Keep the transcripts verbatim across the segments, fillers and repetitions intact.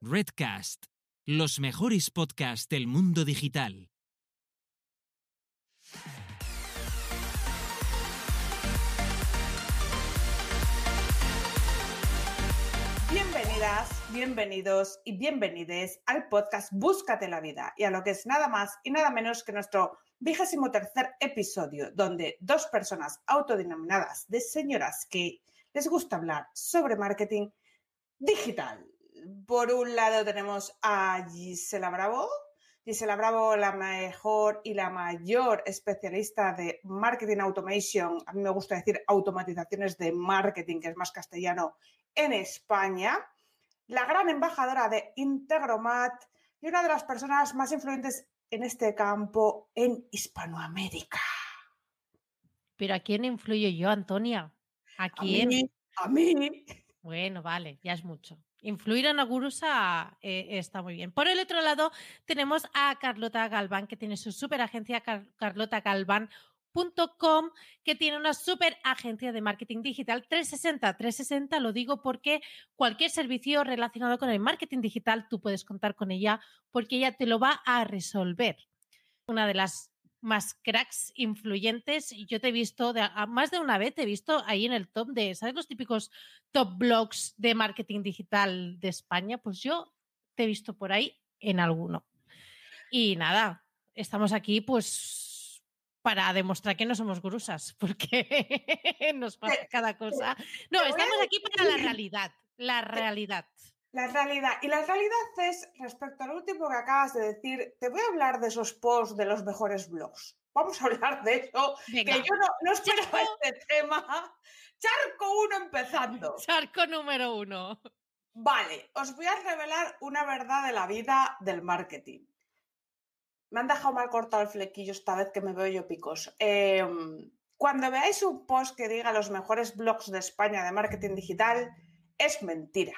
Redcast, los mejores podcasts del mundo digital. Bienvenidas, bienvenidos y bienvenides al podcast Búscate la Vida y a lo que es nada más y nada menos que nuestro vigésimo tercer episodio, donde dos personas autodenominadas de señoras que les gusta hablar sobre marketing digital. Por un lado tenemos a Gisela Bravo. Gisela Bravo, la mejor y la mayor especialista de marketing automation, a mí me gusta decir automatizaciones de marketing, que es más castellano, en España, la gran embajadora de Integromat y una de las personas más influyentes en este campo en Hispanoamérica. ¿Pero a quién influyo yo, Antonia? ¿A quién? A mí, a mí. Bueno, vale, ya es mucho. Influir en una gurusa eh, está muy bien. Por el otro lado, tenemos a Carlota Galván, que tiene su super agencia car carlota galván punto com, que tiene una super agencia de marketing digital trescientos sesenta. trescientos sesenta lo digo porque cualquier servicio relacionado con el marketing digital tú puedes contar con ella porque ella te lo va a resolver. Una de las más cracks influyentes. Yo te he visto, de, a, más de una vez te he visto ahí en el top de, ¿sabes? Los típicos top blogs de marketing digital de España. Pues yo te he visto por ahí en alguno. Y nada, estamos aquí pues para demostrar que no somos grusas, porque nos pasa cada cosa. No, estamos aquí para la realidad, la realidad. La realidad. Y la realidad es, respecto al último que acabas de decir, te voy a hablar de esos posts de los mejores blogs. Vamos a hablar de eso, Venga. que yo no, no esperaba este tema. Charco uno empezando. Charco número uno. Vale, os voy a revelar una verdad de la vida del marketing. Me han dejado mal cortado el flequillo esta vez que me veo yo picoso. Eh, cuando veáis un post que diga los mejores blogs de España de marketing digital, es mentira.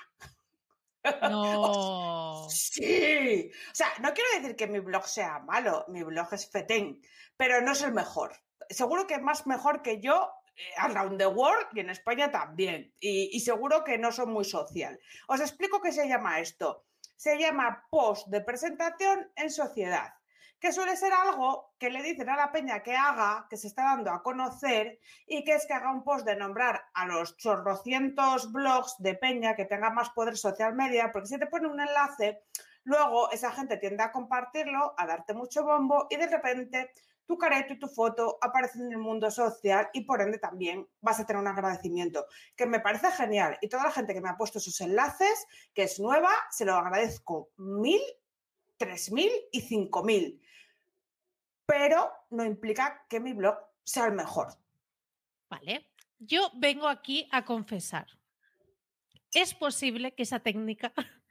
No. Sí. O sea, no quiero decir que mi blog sea malo, mi blog es fetén, pero no es el mejor. Seguro que es más mejor que yo eh, around the world y en España también. Y, y seguro que no son muy social. Os explico qué se llama esto. Se llama post de presentación en sociedad, que suele ser algo que le dicen a la peña que haga, que se está dando a conocer, y que es que haga un post de nombrar a los chorrocientos blogs de peña que tenga más poder social media, porque si te pone un enlace, luego esa gente tiende a compartirlo, a darte mucho bombo, y de repente tu careto y tu foto aparecen en el mundo social y por ende también vas a tener un agradecimiento, que me parece genial. Y toda la gente que me ha puesto esos enlaces, que es nueva, se lo agradezco mil, tres mil y cinco mil. Pero no implica que mi blog sea el mejor. Vale. Yo vengo aquí a confesar. Es posible que esa técnica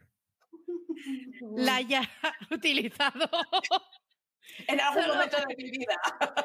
la haya utilizado en algún Solo... momento de mi vida.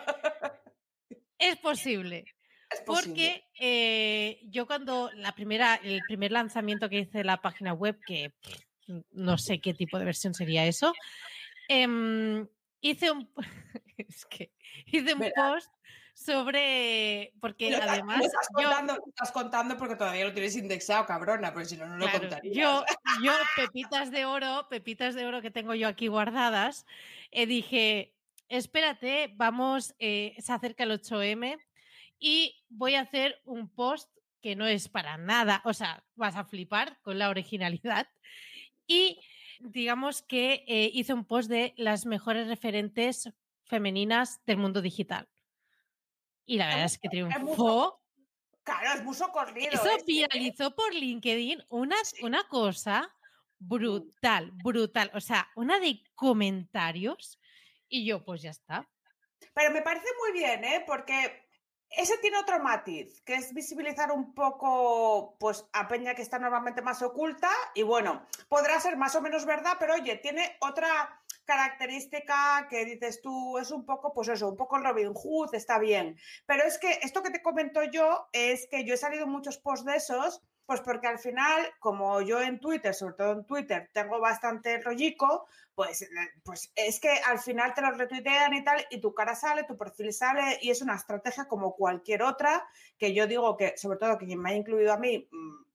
Es posible. Es posible. Porque eh, yo cuando la primera, el primer lanzamiento que hice de la página web, que pff, no sé qué tipo de versión sería eso, eh, hice un es que hice un ¿verdad? Post sobre porque lo, además lo estás, yo, contando, lo estás contando porque todavía lo tienes indexado, cabrona, porque si no no lo claro, contarías. Yo, yo pepitas de oro, pepitas de oro que tengo yo aquí guardadas, eh, dije, espérate, vamos, eh, se acerca el ocho eme y voy a hacer un post que no es para nada, o sea, vas a flipar con la originalidad y digamos que eh, hice un post de las mejores referentes femeninas del mundo digital. Y la verdad es, es que triunfó. Mucho, claro, es muy socorrido. Eso ¿eh? viralizó por LinkedIn una, sí. una cosa brutal, brutal. O sea, una de comentarios y yo, pues ya está. Pero me parece muy bien, ¿eh? Porque ese tiene otro matiz, que es visibilizar un poco pues, a peña que está normalmente más oculta y bueno, podrá ser más o menos verdad, pero oye, tiene otra característica que dices tú, es un poco, pues eso, un poco Robin Hood, está bien. Pero es que esto que te comento yo es que yo he salido en muchos posts de esos, pues porque al final, como yo en Twitter, sobre todo en Twitter, tengo bastante rollico, pues, pues es que al final te lo retuitean y tal, y tu cara sale, tu perfil sale, y es una estrategia como cualquier otra, que yo digo que, sobre todo, que quien me ha incluido a mí,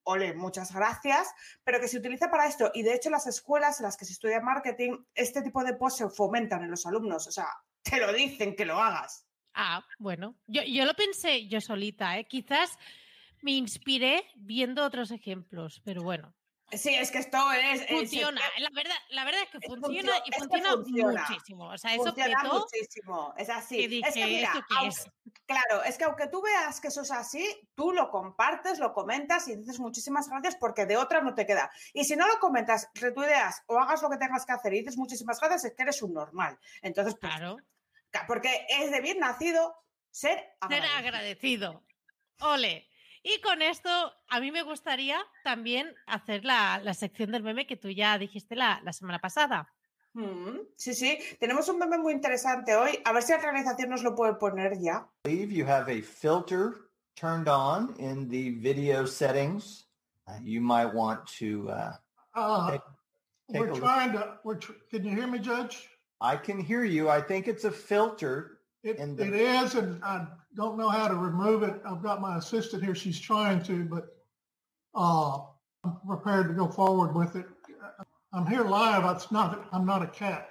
ole, muchas gracias, pero que se utiliza para esto. Y de hecho, las escuelas en las que se estudia marketing, este tipo de posts se fomentan en los alumnos. O sea, te lo dicen que lo hagas. Ah, bueno. Yo, yo lo pensé yo solita, ¿eh? Quizás me inspiré viendo otros ejemplos, pero bueno. Sí, es que esto es... Funciona, es la verdad, la verdad es que funciona funciona, y es funciona, que funciona muchísimo. O sea, eso Funciona petó muchísimo, es así. que dije, es que mira, ¿esto qué aunque, es? claro, es que aunque tú veas que eso es así, tú lo compartes, lo comentas y dices muchísimas gracias porque de otra no te queda. Y si no lo comentas, retuiteas o hagas lo que tengas que hacer y dices muchísimas gracias, es que eres un normal. Entonces, pues, Claro. porque es de bien nacido ser agradecido. Ser agradecido. Ole. Y con esto, a mí me gustaría también hacer la, la sección del meme que tú ya dijiste la, la semana pasada. Mm, sí, sí, tenemos un meme muy interesante hoy. A ver si la realización nos lo puede poner ya. You have a filter turned on in the video settings. Uh, you might want to uh, uh, take, take we're trying to, we're tr- can you hear me, Judge? I can hear you. I think it's a filter. It, in the... it is, and I don't know how to remove it. I've got my assistant here. She's trying to, but uh, I'm prepared to go forward with it. I'm here live. It's not, I'm not a cat.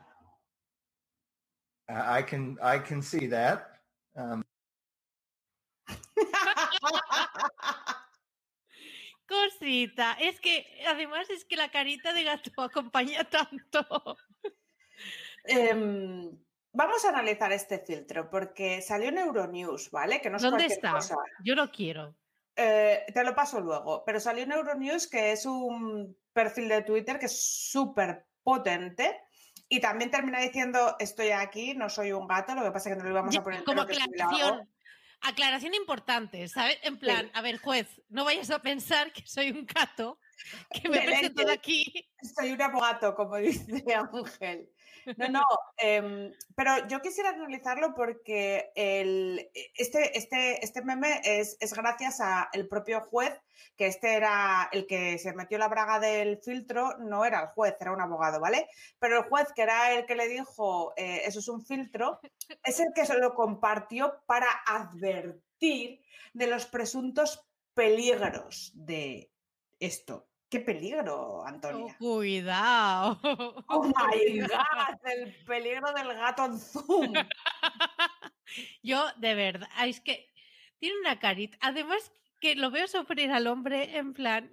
I can, I can see that. Um... Cosita, es que además es que la carita de gato acompaña tanto. Eh, vamos a analizar este filtro porque salió en Euronews, ¿vale? Que no es ¿Dónde cualquier está? cosa. Yo lo quiero. Eh, te lo paso luego, pero salió en Euronews, que es un perfil de Twitter que es súper potente y también termina diciendo estoy aquí, no soy un gato, lo que pasa es que no lo íbamos a poner. Como aclaración, aclaración importante, ¿sabes? En plan, sí. A ver, juez, no vayas a pensar que soy un gato, que me presento de aquí. Soy un abogato, como dice Ángel. No, no, eh, pero yo quisiera analizarlo porque el, este, este, este meme es, es gracias al propio juez, que este era el que se metió la braga del filtro, no era el juez, era un abogado, ¿vale? Pero el juez, que era el que le dijo eh, eso es un filtro, es el que se lo compartió para advertir de los presuntos peligros de esto. ¡Qué peligro, Antonia! Oh, cuidado. ¡Oh, my God! El peligro del gato en Zoom. Yo, de verdad, es que tiene una carita. Además, que lo veo sufrir al hombre en plan...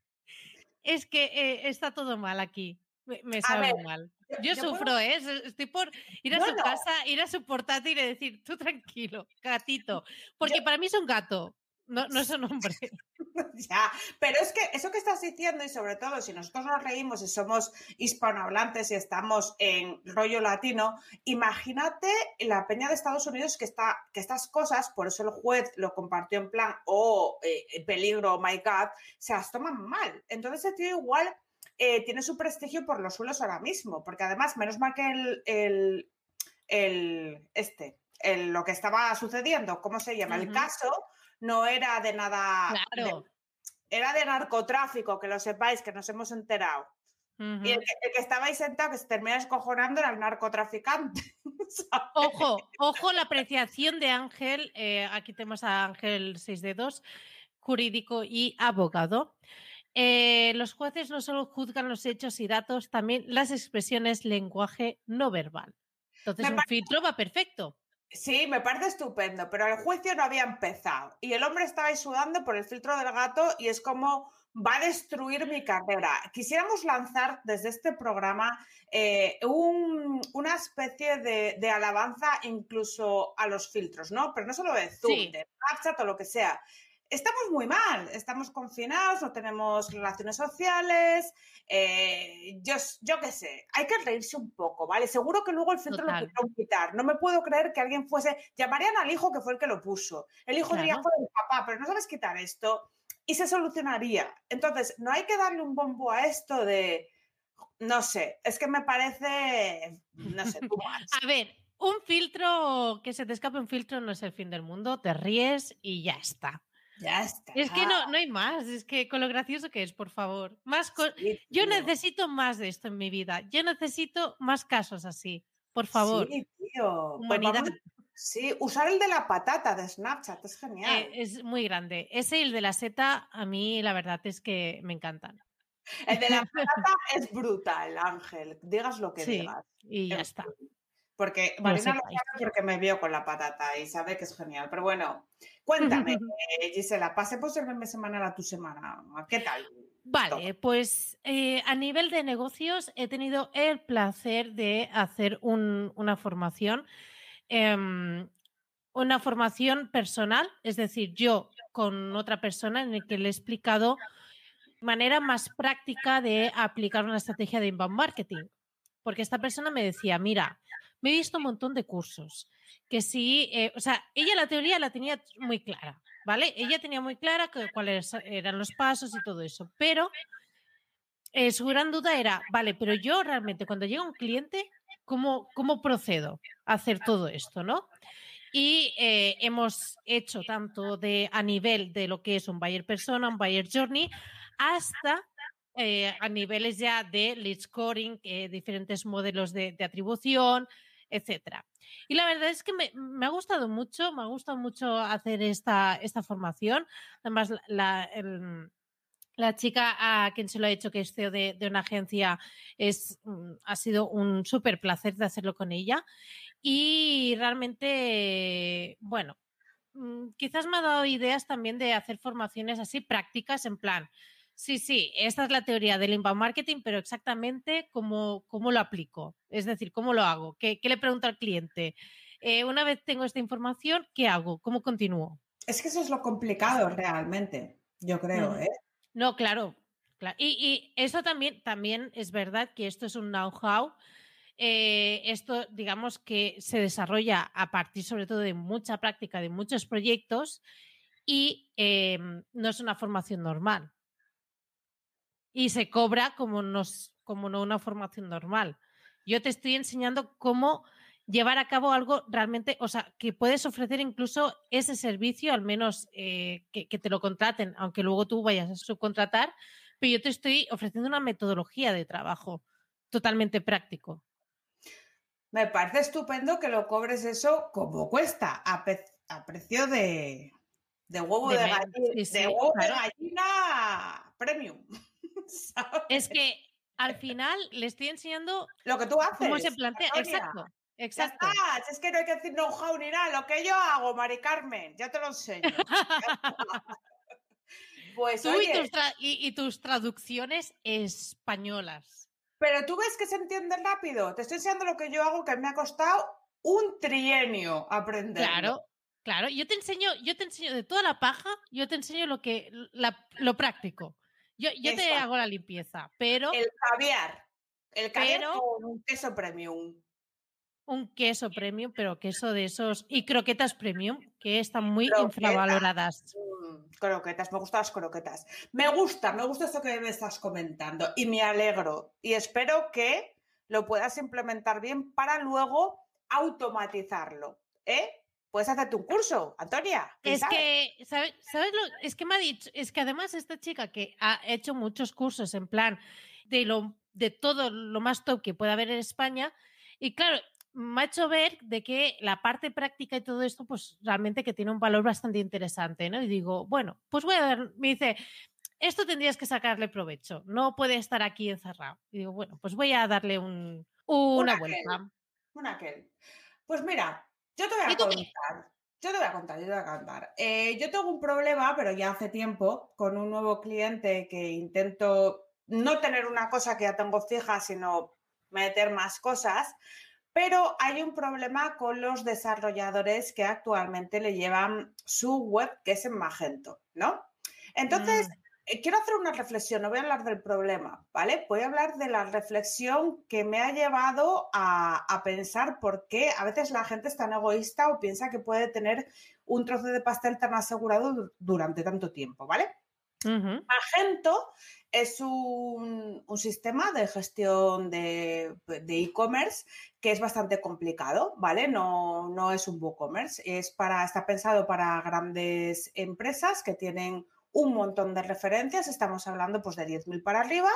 Es que eh, está todo mal aquí. Me, me sabe ver, mal. Yo, yo sufro, puedo... ¿eh? Estoy por ir a no, su no. casa, ir a su portátil y decir, tú tranquilo, gatito. Porque yo... para mí es un gato. No, no es un hombre. Ya, pero es que eso que estás diciendo, y sobre todo si nosotros nos reímos y somos hispanohablantes y estamos en rollo latino, imagínate la peña de Estados Unidos que, está, que estas cosas, por eso el juez lo compartió en plan, oh, eh, peligro, oh my God, se las toman mal. Entonces ese tío igual eh, tiene su prestigio por los suelos ahora mismo, porque además, menos mal que el, el, el este, el, lo que estaba sucediendo, ¿cómo se llama? Uh-huh. El caso... no era de nada... Claro. De, era de narcotráfico, que lo sepáis, que nos hemos enterado. Uh-huh. Y el que, el que estaba ahí sentado, que se termina escojonando, era el narcotraficante. ¿Sabes? Ojo, ojo la apreciación de Ángel. Eh, aquí tenemos a Ángel seis de dos, jurídico y abogado. Eh, los jueces no solo juzgan los hechos y datos, también las expresiones, lenguaje no verbal. Entonces Me un parece... filtro va perfecto. Sí, me parece estupendo, pero el juicio no había empezado y el hombre estaba ahí sudando por el filtro del gato y es como va a destruir mi carrera. Quisiéramos lanzar desde este programa eh, un, una especie de, de alabanza incluso a los filtros, ¿no? Pero no solo de Zoom, sí. de Snapchat o lo que sea. Estamos muy mal, estamos confinados, no tenemos relaciones sociales, eh, yo, yo qué sé, hay que reírse un poco, ¿vale? Seguro que luego el filtro Total. Lo pudieron quitar. No me puedo creer que alguien fuese, llamarían al hijo que fue el que lo puso. El hijo claro. diría, fue el papá, pero no sabes quitar esto y se solucionaría. Entonces, no hay que darle un bombo a esto de, no sé, es que me parece, no sé, tú más. A ver, un filtro, que se te escape un filtro no es el fin del mundo, te ríes y ya está. Ya está. Es que no, no hay más, es que con lo gracioso que es, por favor. Más co- sí, Yo necesito más de esto en mi vida. Yo necesito más casos así, por favor. Sí, tío. Humanidad. Pues vamos, Sí, usar el de la patata de Snapchat es genial. Eh, es muy grande. Ese y el de la seta, a mí la verdad es que me encantan. El de la patata es brutal, Ángel, digas lo que Sí, digas. y ya En está. fin. Porque Que lo Marina lo sepáis. sabe porque me vio con la patata y sabe que es genial. Pero bueno, cuéntame, eh, Gisela, pasemos el meme semanal a tu semana. ¿Qué tal? Vale, pues eh, a nivel de negocios he tenido el placer de hacer un- una formación, em, una formación personal, es decir, yo con otra persona en el que le he explicado manera más práctica de aplicar una estrategia de inbound marketing. Porque esta persona me decía, mira, me he visto un montón de cursos, que sí, eh, o sea, ella la teoría la tenía muy clara, ¿vale? Ella tenía muy clara que, cuáles eran los pasos y todo eso, pero eh, su gran duda era, vale, pero yo realmente cuando llega un cliente, ¿cómo, cómo procedo a hacer todo esto, no? Y eh, hemos hecho tanto de a nivel de lo que es un buyer persona, un buyer journey, hasta eh, a niveles ya de lead scoring, eh, diferentes modelos de, de atribución, etcétera. Y la verdad es que me, me, ha gustado mucho, me ha gustado mucho hacer esta, esta formación. Además, la, la, el, la chica a quien se lo ha hecho, que es C E O de, de una agencia, es, ha sido un súper placer de hacerlo con ella. Y realmente, bueno, quizás me ha dado ideas también de hacer formaciones así prácticas en plan, sí, sí, esta es la teoría del inbound marketing, pero exactamente cómo, cómo lo aplico, es decir, cómo lo hago, qué, qué le pregunto al cliente. Eh, una vez tengo esta información, ¿qué hago? ¿Cómo continúo? Es que eso es lo complicado realmente, yo creo, Uh-huh. ¿eh? No, claro, claro. Y, y eso también, también es verdad que esto es un know-how. Eh, esto, digamos que se desarrolla a partir sobre todo de mucha práctica, de muchos proyectos y eh, no es una formación normal. Y se cobra como, nos, como no una formación normal. Yo te estoy enseñando cómo llevar a cabo algo realmente, o sea, que puedes ofrecer incluso ese servicio, al menos eh, que, que te lo contraten, aunque luego tú vayas a subcontratar, pero yo te estoy ofreciendo una metodología de trabajo totalmente práctico. Me parece estupendo que lo cobres eso como cuesta, a, pe a precio de, de huevo, de, de, gallina, sí, sí, de, huevo claro. de gallina premium. ¿Sabes? Es que al final le estoy enseñando lo que tú haces. Cómo se plantea. Antonia. Exacto. Exacto. Ya está, es que no hay que decir know-how ni nada. Lo que yo hago, Mari Carmen, ya te lo enseño. Pues tú oye, y tus, y, y tus traducciones españolas. Pero tú ves que se entiende rápido. Te estoy enseñando lo que yo hago, que me ha costado un trienio aprenderlo. Claro, claro. Yo te enseño, yo te enseño de toda la paja, yo te enseño lo que, la, lo práctico. Yo, yo te hago la limpieza, pero. El caviar. El caviar pero, con un queso premium. Un queso premium, pero queso de esos. Y croquetas premium, que están muy croquetas. infravaloradas. Mm, croquetas, me gustan las croquetas. Me gusta, me gusta esto que me estás comentando y me alegro. Y espero que lo puedas implementar bien para luego automatizarlo. ¿Eh? Puedes hacerte un curso, Antonia. Es sabe? que, ¿sabes, ¿sabes lo? Es que me ha dicho, es que además esta chica que ha hecho muchos cursos en plan de lo de todo lo más top que puede haber en España, y claro, me ha hecho ver de que la parte práctica y todo esto, pues realmente que tiene un valor bastante interesante, ¿no? Y digo, bueno, pues voy a ver, me dice, esto tendrías que sacarle provecho, no puede estar aquí encerrado. Y digo, bueno, pues voy a darle un, una un vuelta. Aquel, un aquel. Pues mira, yo te voy a contar. Yo te voy a contar, yo te voy a contar. Eh, yo tengo un problema, pero ya hace tiempo, con un nuevo cliente que intento no tener una cosa que ya tengo fija, sino meter más cosas. Pero hay un problema con los desarrolladores que actualmente le llevan su web, que es en Magento, ¿no? Entonces, mm. eh, quiero hacer una reflexión, no voy a hablar del problema, ¿vale? Voy a hablar de la reflexión que me ha llevado a, a pensar por qué a veces la gente es tan egoísta o piensa que puede tener un trozo de pastel tan asegurado durante tanto tiempo, ¿vale? Uh-huh. Magento es un, un sistema de gestión de e-commerce que es bastante complicado, ¿vale? No, no es un WooCommerce, es para, está pensado para grandes empresas que tienen un montón de referencias, estamos hablando pues de diez mil para arriba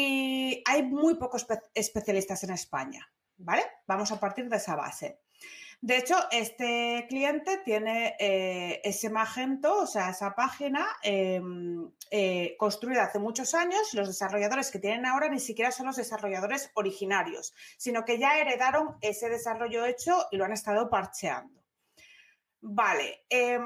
y hay muy pocos espe- especialistas en España, ¿vale? Vamos a partir de esa base. De hecho, este cliente tiene eh, ese Magento, o sea, esa página eh, eh, construida hace muchos años. Los desarrolladores que tienen ahora ni siquiera son los desarrolladores originarios, sino que ya heredaron ese desarrollo hecho y lo han estado parcheando. Vale. Eh,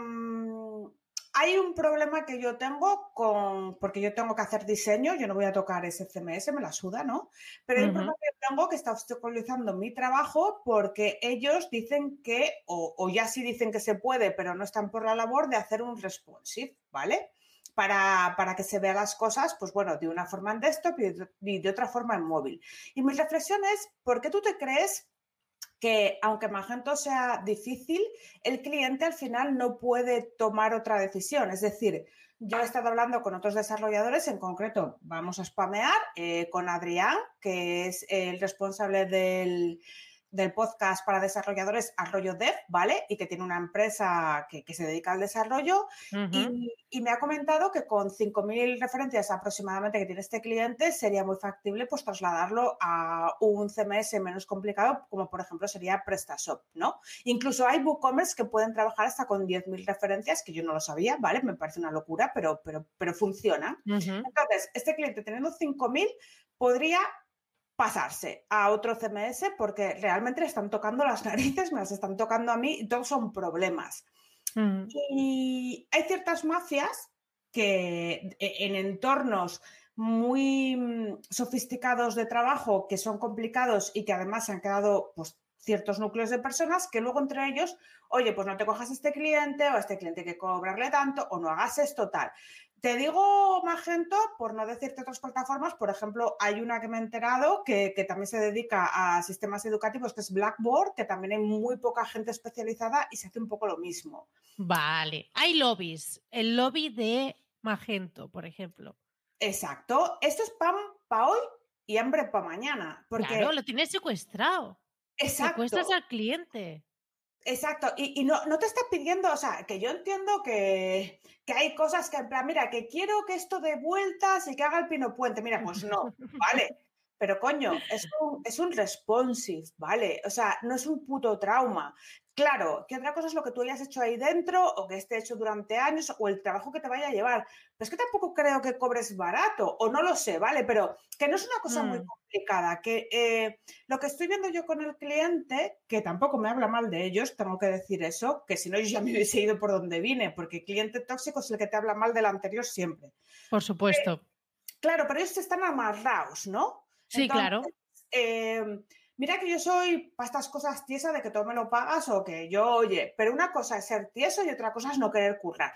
Hay un problema que yo tengo con, porque yo tengo que hacer diseño, yo no voy a tocar ese C M S, me la suda, ¿no? Pero hay un Ujú. problema que tengo que está obstaculizando mi trabajo porque ellos dicen que, o, o ya sí dicen que se puede, pero no están por la labor de hacer un responsive, ¿vale? Para, para que se vean las cosas, pues bueno, de una forma en desktop y de, y de otra forma en móvil. Y mi reflexión es, ¿por qué tú te crees que aunque Magento sea difícil, el cliente al final no puede tomar otra decisión? Es decir, yo he estado hablando con otros desarrolladores, en concreto vamos a spamear eh, con Adrián, que es el responsable del, del podcast para desarrolladores Arroyo Dev, ¿vale? Y que tiene una empresa que, que se dedica al desarrollo. Ujú. Y, y me ha comentado que con cinco mil referencias aproximadamente que tiene este cliente sería muy factible pues trasladarlo a un C M S menos complicado, como por ejemplo sería PrestaShop, ¿no? Incluso hay WooCommerce que pueden trabajar hasta con diez mil referencias, que yo no lo sabía, ¿vale? Me parece una locura, pero, pero, pero funciona. Ujú. Entonces, este cliente teniendo cinco mil podría pasarse a otro C M S porque realmente le están tocando las narices, me las están tocando a mí y todos son problemas. Ujú. Y hay ciertas mafias que en entornos muy mm, sofisticados de trabajo, que son complicados y que además se han quedado pues, ciertos núcleos de personas que luego entre ellos, oye, pues no te cojas a este cliente o a este cliente hay que cobrarle tanto o no hagas esto, tal. Te digo Magento por no decirte otras plataformas. Por ejemplo, hay una que me he enterado que, que también se dedica a sistemas educativos, que es Blackboard, que también hay muy poca gente especializada y se hace un poco lo mismo. Vale. Hay lobbies. El lobby de Magento, por ejemplo. Exacto. Esto es pan para hoy y hambre para mañana. Porque, Claro, lo tienes secuestrado. exacto. Secuestras al cliente. Exacto, y, y no, no te está pidiendo, o sea, que yo entiendo que, que hay cosas que en plan, mira, que quiero que esto dé vueltas y que haga el pino puente. Mira, pues no, vale, pero coño, es un, es un responsive, ¿vale? O sea, no es un puto trauma. Claro, que otra cosa es lo que tú hayas hecho ahí dentro o que esté hecho durante años o el trabajo que te vaya a llevar. Pero es que tampoco creo que cobres barato, o no lo sé, ¿vale? Pero que no es una cosa muy Mm. complicada, que eh, lo que estoy viendo yo con el cliente, que tampoco me habla mal de ellos, tengo que decir eso, que si no yo ya me hubiese ido por donde vine, porque el cliente tóxico es el que te habla mal del anterior siempre. Por supuesto. Claro, pero ellos están amarrados, ¿no? Sí, Entonces, claro. eh, mira que yo soy para estas cosas tiesa de que tú me lo pagas o que yo, oye, pero una cosa es ser tieso y otra cosa es no querer currar.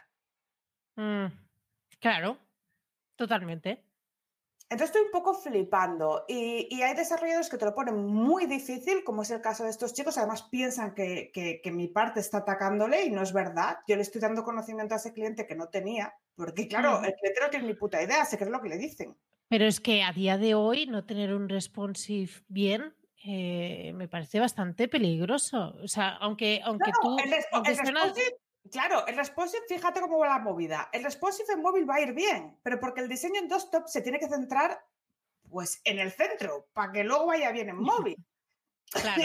Mm, claro, totalmente. Entonces estoy un poco flipando y, y hay desarrolladores que te lo ponen muy difícil, como es el caso de estos chicos. Además piensan que, que, que mi parte está atacándole y no es verdad. Yo le estoy dando conocimiento a ese cliente que no tenía, porque claro, Mm. el cliente no tiene ni puta idea, sé qué es lo que le dicen. Pero es que a día de hoy no tener un responsive bien eh, me parece bastante peligroso. O sea, aunque, No, aunque no, tú... el, respo- aunque el sea una- responsive, claro, el responsive, fíjate cómo va la movida. El responsive en móvil va a ir bien, pero porque el diseño en desktop se tiene que centrar pues en el centro, para que luego vaya bien en móvil. Claro.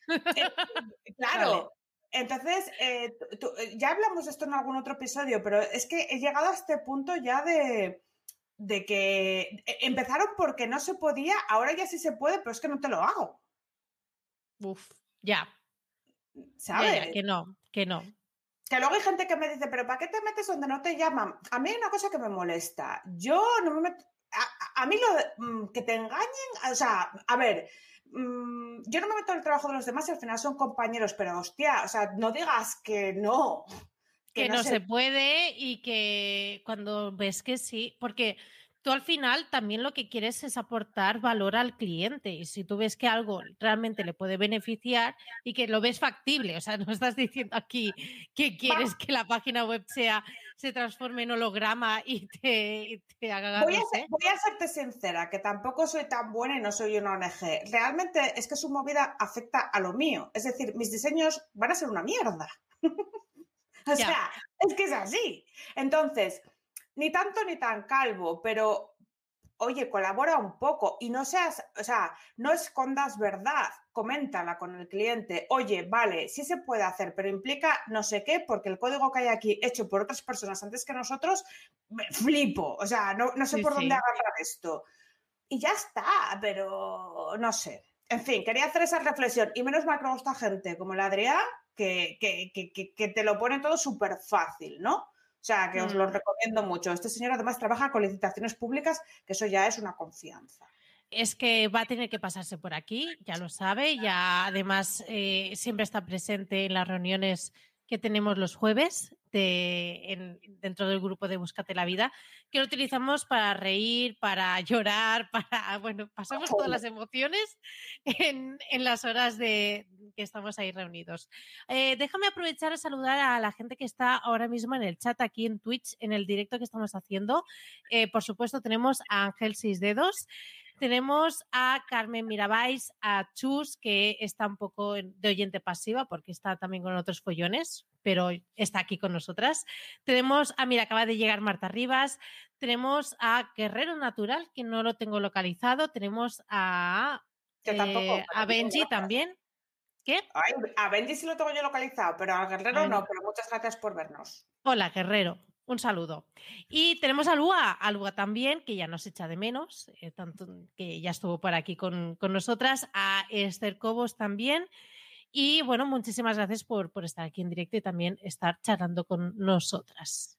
Claro. Vale. Entonces, eh, tú- ya hablamos de esto en algún otro episodio, pero es que he llegado a este punto ya de, de que empezaron porque no se podía, ahora ya sí se puede, pero es que no te lo hago, Uf, ya. Ya, ¿sabes? ya, que no, que no. Que luego hay gente que me dice, pero ¿para qué te metes donde no te llaman? A mí hay una cosa que me molesta. Yo no me meto... A, a- a mí lo de, mm, que te engañen, o sea, a ver, mm, yo no me meto en el trabajo de los demás y al final son compañeros, pero hostia, o sea, no digas que no. Que no se puede y que cuando ves que sí, porque tú al final también lo que quieres es aportar valor al cliente y si tú ves que algo realmente le puede beneficiar y que lo ves factible, o sea, no estás diciendo aquí que quieres que la página web sea se transforme en holograma y te, y te haga, Voy a, no ser- sé. voy a serte sincera, que tampoco soy tan buena y no soy una O N G. Realmente es que su movida afecta a lo mío. Es decir, mis diseños van a ser una mierda. O Ya. sea, es que es así. Entonces, ni tanto ni tan calvo, pero oye, colabora un poco y no seas, o sea, no escondas verdad, coméntala con el cliente, oye, vale, sí se puede hacer, pero implica no sé qué, porque el código que hay aquí hecho por otras personas antes que nosotros, me flipo, o sea, no, no sé Sí, por dónde sí. agarrar esto. Y ya está, pero no sé. En fin, quería hacer esa reflexión y menos mal que me gusta gente como la Adrià que, que, que, que, que te lo pone todo súper fácil, ¿no? O sea, que os lo Mm. recomiendo mucho. Este señor además trabaja con licitaciones públicas, que eso ya es una confianza. Es que va a tener que pasarse por aquí, ya lo sabe, ya además eh, siempre está presente en las reuniones que tenemos los jueves de, en, dentro del grupo de Búscate la Vida, que lo utilizamos para reír, para llorar, para, bueno, pasamos todas las emociones en, en las horas de que estamos ahí reunidos. Eh, déjame aprovechar a saludar a la gente que está ahora mismo en el chat aquí en Twitch, en el directo que estamos haciendo. Eh, por supuesto, tenemos a Ángel Seis Dedos. Tenemos a Carmen Mirabais, a Chus, que está un poco de oyente pasiva porque está también con otros follones, pero está aquí con nosotras. Tenemos a, mira, acaba de llegar Marta Rivas. Tenemos a Guerrero Natural, que no lo tengo localizado. Tenemos a, Yo tampoco, eh, pero a Benji gracias. también. ¿Qué? Ay, a Benji sí lo tengo yo localizado, pero al Guerrero Ay, no, pero muchas gracias por vernos. Hola, Guerrero. Un saludo. Y tenemos a Lua, a Lua también, que ya nos echa de menos, eh, tanto que ya estuvo por aquí con, con nosotras, a Esther Cobos también. Y bueno, muchísimas gracias por, por estar aquí en directo y también estar charlando con nosotras.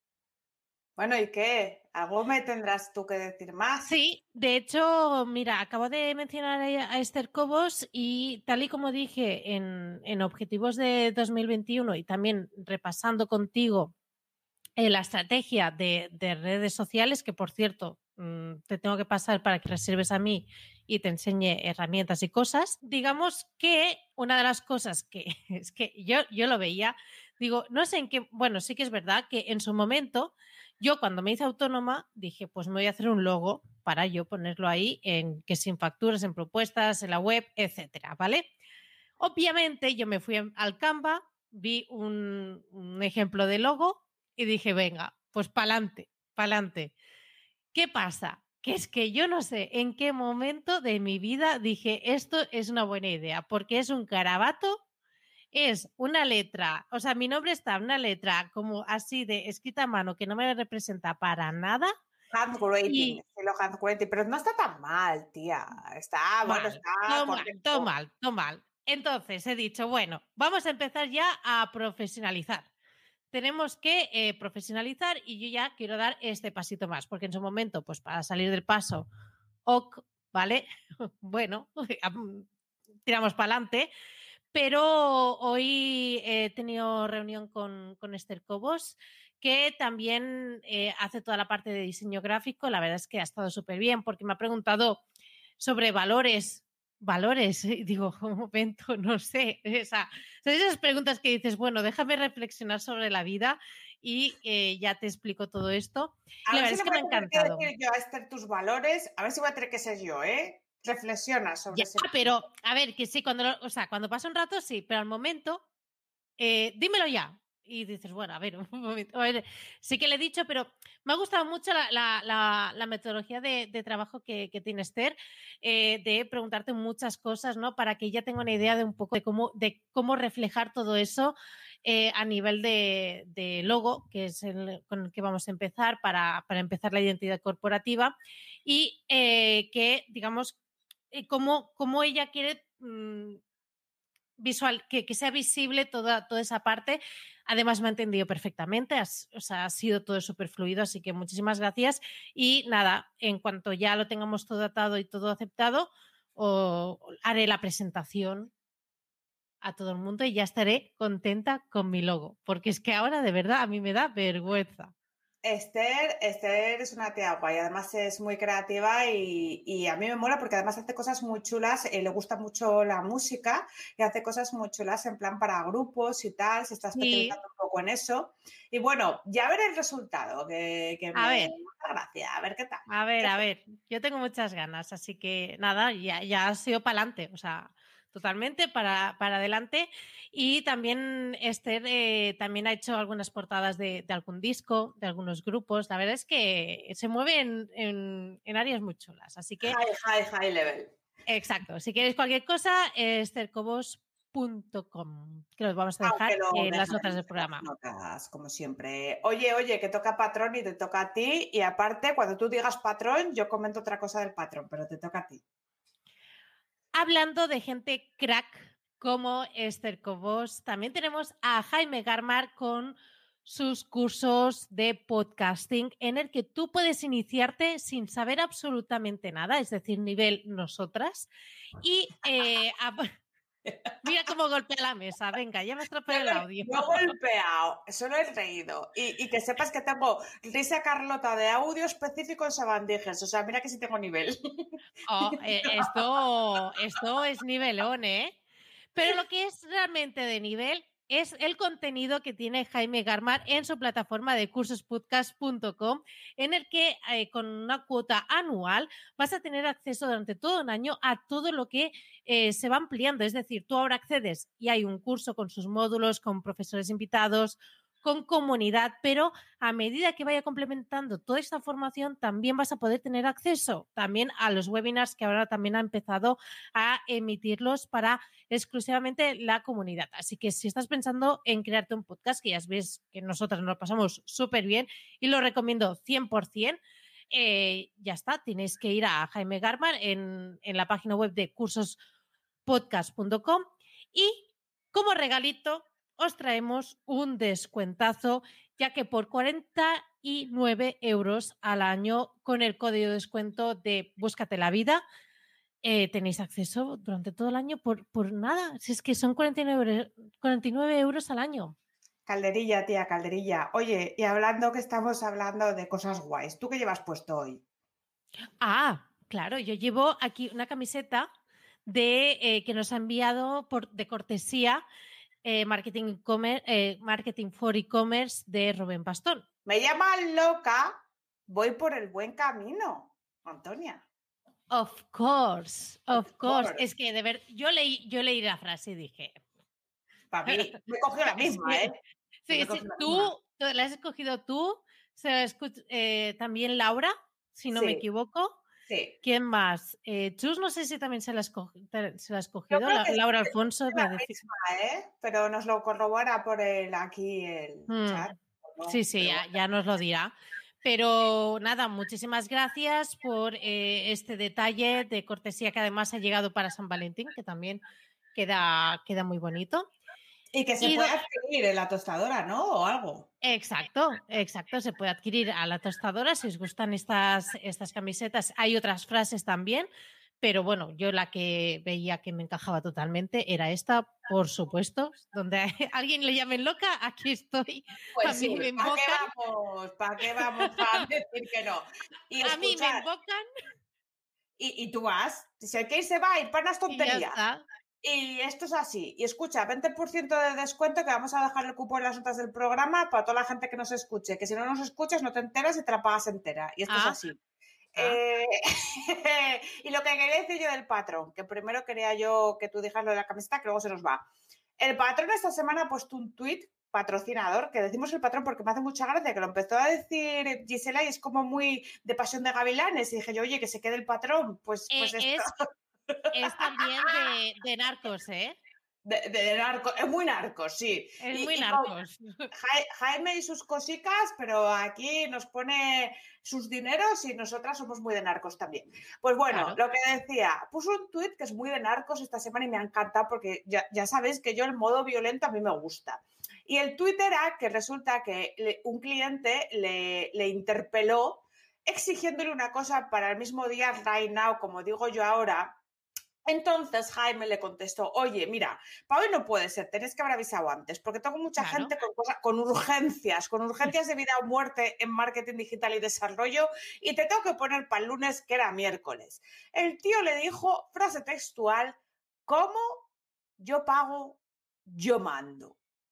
Bueno, ¿y qué? ¿Algo me tendrás tú que decir más? Sí, de hecho, mira, acabo de mencionar a Esther Cobos y tal y como dije en, en Objetivos de dos mil veintiuno y también repasando contigo eh, la estrategia de, de redes sociales, que por cierto mmm, te tengo que pasar para que reserves a mí y te enseñe herramientas y cosas, digamos que una de las cosas que es que yo, yo lo veía, digo, no sé en qué, bueno, sí que es verdad que en su momento yo cuando me hice autónoma dije, pues me voy a hacer un logo para yo ponerlo ahí, en que sin facturas, en propuestas, en la web, etcétera, ¿vale? Obviamente yo me fui al Canva, vi un, un ejemplo de logo y dije, venga, pues pa'lante, pa'lante. ¿Qué pasa? Que es que yo no sé en qué momento de mi vida dije, esto es una buena idea, porque es un garabato, es una letra, o sea, mi nombre está en una letra como así de escrita a mano que no me representa para nada. Handwriting, estilo handwriting, pero no está tan mal, tía. Está, mal, bueno, está todo correcto. mal, todo mal, todo mal. Entonces he dicho, bueno, vamos a empezar ya a profesionalizar. Tenemos que eh, profesionalizar y yo ya quiero dar este pasito más, porque en su momento, pues para salir del paso, ok, ¿vale? Bueno, tiramos para adelante. Pero hoy he tenido reunión con, con Esther Cobos, que también eh, hace toda la parte de diseño gráfico. La verdad es que ha estado súper bien porque me ha preguntado sobre valores. Valores, y digo, un momento, no sé. O sea, son esas preguntas que dices, bueno, déjame reflexionar sobre la vida y eh, ya te explico todo esto. A Y la ver verdad si es le que voy me a ha tener que encantado. decir yo a Esther tus valores, a ver si voy a tener que ser yo, ¿eh? Reflexiona sobre Ya, ese. pero, a ver, que sí, cuando, lo, o sea, cuando pasa un rato, sí, pero al momento, eh, dímelo ya. Y dices, bueno, a ver, un momento. A ver, sí que le he dicho, pero me ha gustado mucho la, la, la, la metodología de, de trabajo que, que tiene Esther, eh, de preguntarte muchas cosas, ¿no? Para que ella tenga una idea de un poco de cómo, de cómo reflejar todo eso eh, a nivel de, de logo, que es el con el que vamos a empezar para, para empezar la identidad corporativa, y eh, que, digamos, eh, cómo, cómo ella quiere mmm, visual, que, que sea visible toda, toda esa parte. Además me ha entendido perfectamente, has, o sea, ha sido todo súper fluido, así que muchísimas gracias. Y nada, en cuanto ya lo tengamos todo atado y todo aceptado, o, haré la presentación a todo el mundo y ya estaré contenta con mi logo, porque es que ahora de verdad a mí me da vergüenza. Esther, Esther es una tía guay, además es muy creativa y, y a mí me mola porque además hace cosas muy chulas, eh, le gusta mucho la música y hace cosas muy chulas en plan para grupos y tal, se está especializando sí. un poco en eso. Y bueno, ya veré el resultado, que, que a me ver. da gracia, a ver qué tal. A ver, a ver, yo tengo muchas ganas, así que nada, ya, ya ha sido para adelante, o sea, totalmente para, para adelante. Y también Esther eh, también ha hecho algunas portadas de, de algún disco, de algunos grupos. La verdad es que se mueve en, en, en áreas muy chulas. Así que... High, high, high level. Exacto. Si queréis cualquier cosa, esther cobos punto com, que los vamos a dejar en las notas del programa. Notas, como siempre. Oye, oye, que toca patrón y te toca a ti. Y aparte, cuando tú digas patrón, yo comento otra cosa del patrón, pero te toca a ti. Hablando de gente crack como Esther Cobos, también tenemos a Jaime Garmar con sus cursos de podcasting en el que tú puedes iniciarte sin saber absolutamente nada, es decir, nivel nosotras. Y eh, a... mira cómo golpea la mesa, venga, ya me has tropeado el audio. No he golpeado, solo he reído. Y, y que sepas que tengo risa Carlota de audio específico en Sabandijas, o sea, mira que sí tengo nivel. Oh, eh, esto, esto es nivelón, ¿eh? Pero lo que es realmente de nivel es el contenido que tiene Jaime Garmar en su plataforma de cursos podcast punto com, en el que eh, con una cuota anual vas a tener acceso durante todo un año a todo lo que eh, se va ampliando. Es decir, tú ahora accedes y hay un curso con sus módulos, con profesores invitados, con comunidad, pero a medida que vaya complementando toda esta formación también vas a poder tener acceso también a los webinars que ahora también ha empezado a emitirlos para exclusivamente la comunidad. Así que si estás pensando en crearte un podcast, que ya ves que nosotras nos lo pasamos súper bien y lo recomiendo cien por ciento, eh, ya está, tienes que ir a Jaime Garmar en, en la página web de cursos podcast punto com y como regalito os traemos un descuentazo, ya que por cuarenta y nueve euros al año con el código de descuento de Búscate la Vida eh, tenéis acceso durante todo el año por, por nada. Si es que son cuarenta y nueve, cuarenta y nueve euros al año. Calderilla, tía, calderilla. Oye, y hablando que estamos hablando de cosas guays, ¿tú qué llevas puesto hoy? Ah, claro, yo llevo aquí una camiseta de eh, que nos ha enviado por, de cortesía Eh, marketing, eh, marketing for e-commerce de Rubén Pastón. Me llaman loca, voy por el buen camino, Antonia. Of course, of, of course. course. Es que de ver, yo leí, yo leí la frase y dije. Para mí, me cogió la misma, ¿eh? Sí, sí, tú, tú la has escogido tú, se la escuch, eh, también Laura, si no sí. me equivoco. Sí. ¿Quién más? Eh, Chus, no sé si también se la, escogi, se la ha escogido. La, Laura Alfonso. La misma, ¿eh? Pero nos lo corrobora por el aquí el mm. chat. ¿No? Sí, sí, ya, ya nos lo dirá. Pero nada, muchísimas gracias por eh, este detalle de cortesía que además ha llegado para San Valentín, que también queda, queda muy bonito. Y que se y puede adquirir en la tostadora, ¿no? O algo. Exacto, exacto. Se puede adquirir a la tostadora si os gustan estas, estas camisetas. Hay otras frases también, pero bueno, yo la que veía que me encajaba totalmente era esta, por supuesto. Donde a alguien le llamen loca, aquí estoy. Pues a mí sí, me ¿para invocan. qué vamos? ¿Para qué vamos a decir que no? Y a escuchar, mí me invocan. Y, y tú vas. Si el que se va, ir para unas tonterías. Y esto es así. Y escucha, veinte por ciento de descuento que vamos a dejar el cupo en las notas del programa para toda la gente que nos escuche. Que si no nos escuchas no te enteras y te la pagas entera. Y esto ah. es así. Ah. Eh, y lo que quería decir yo del patrón, que primero quería yo que tú dijeras lo de la camiseta, que luego se nos va. El patrón esta semana ha puesto un tuit patrocinador, que decimos el patrón porque me hace mucha gracia, que lo empezó a decir Gisela y es como muy de Pasión de Gavilanes. Y dije yo, oye, que se quede el patrón. Pues, pues eh, esto. Es... Es también de, de narcos, ¿eh? De, de, de narcos, es muy narcos, sí. Es y, muy y narcos. Jaime y sus cositas, pero aquí nos pone sus dineros y nosotras somos muy de narcos también. Pues bueno, claro. Lo que decía, puso un tuit que es muy de narcos esta semana y me ha encantado porque ya, ya sabéis que yo el modo violento a mí me gusta. Y el tuit era que resulta que le, un cliente le, le interpeló exigiéndole una cosa para el mismo día, right now, como digo yo ahora. Entonces Jaime le contestó, oye, mira, para hoy no puede ser, tenés que haber avisado antes, porque tengo mucha claro. gente con, cosa, con urgencias, con urgencias de vida o muerte en marketing digital y desarrollo, y te tengo que poner para el lunes, que era miércoles. El tío le dijo, frase textual, ¿cómo? Yo pago, yo mando.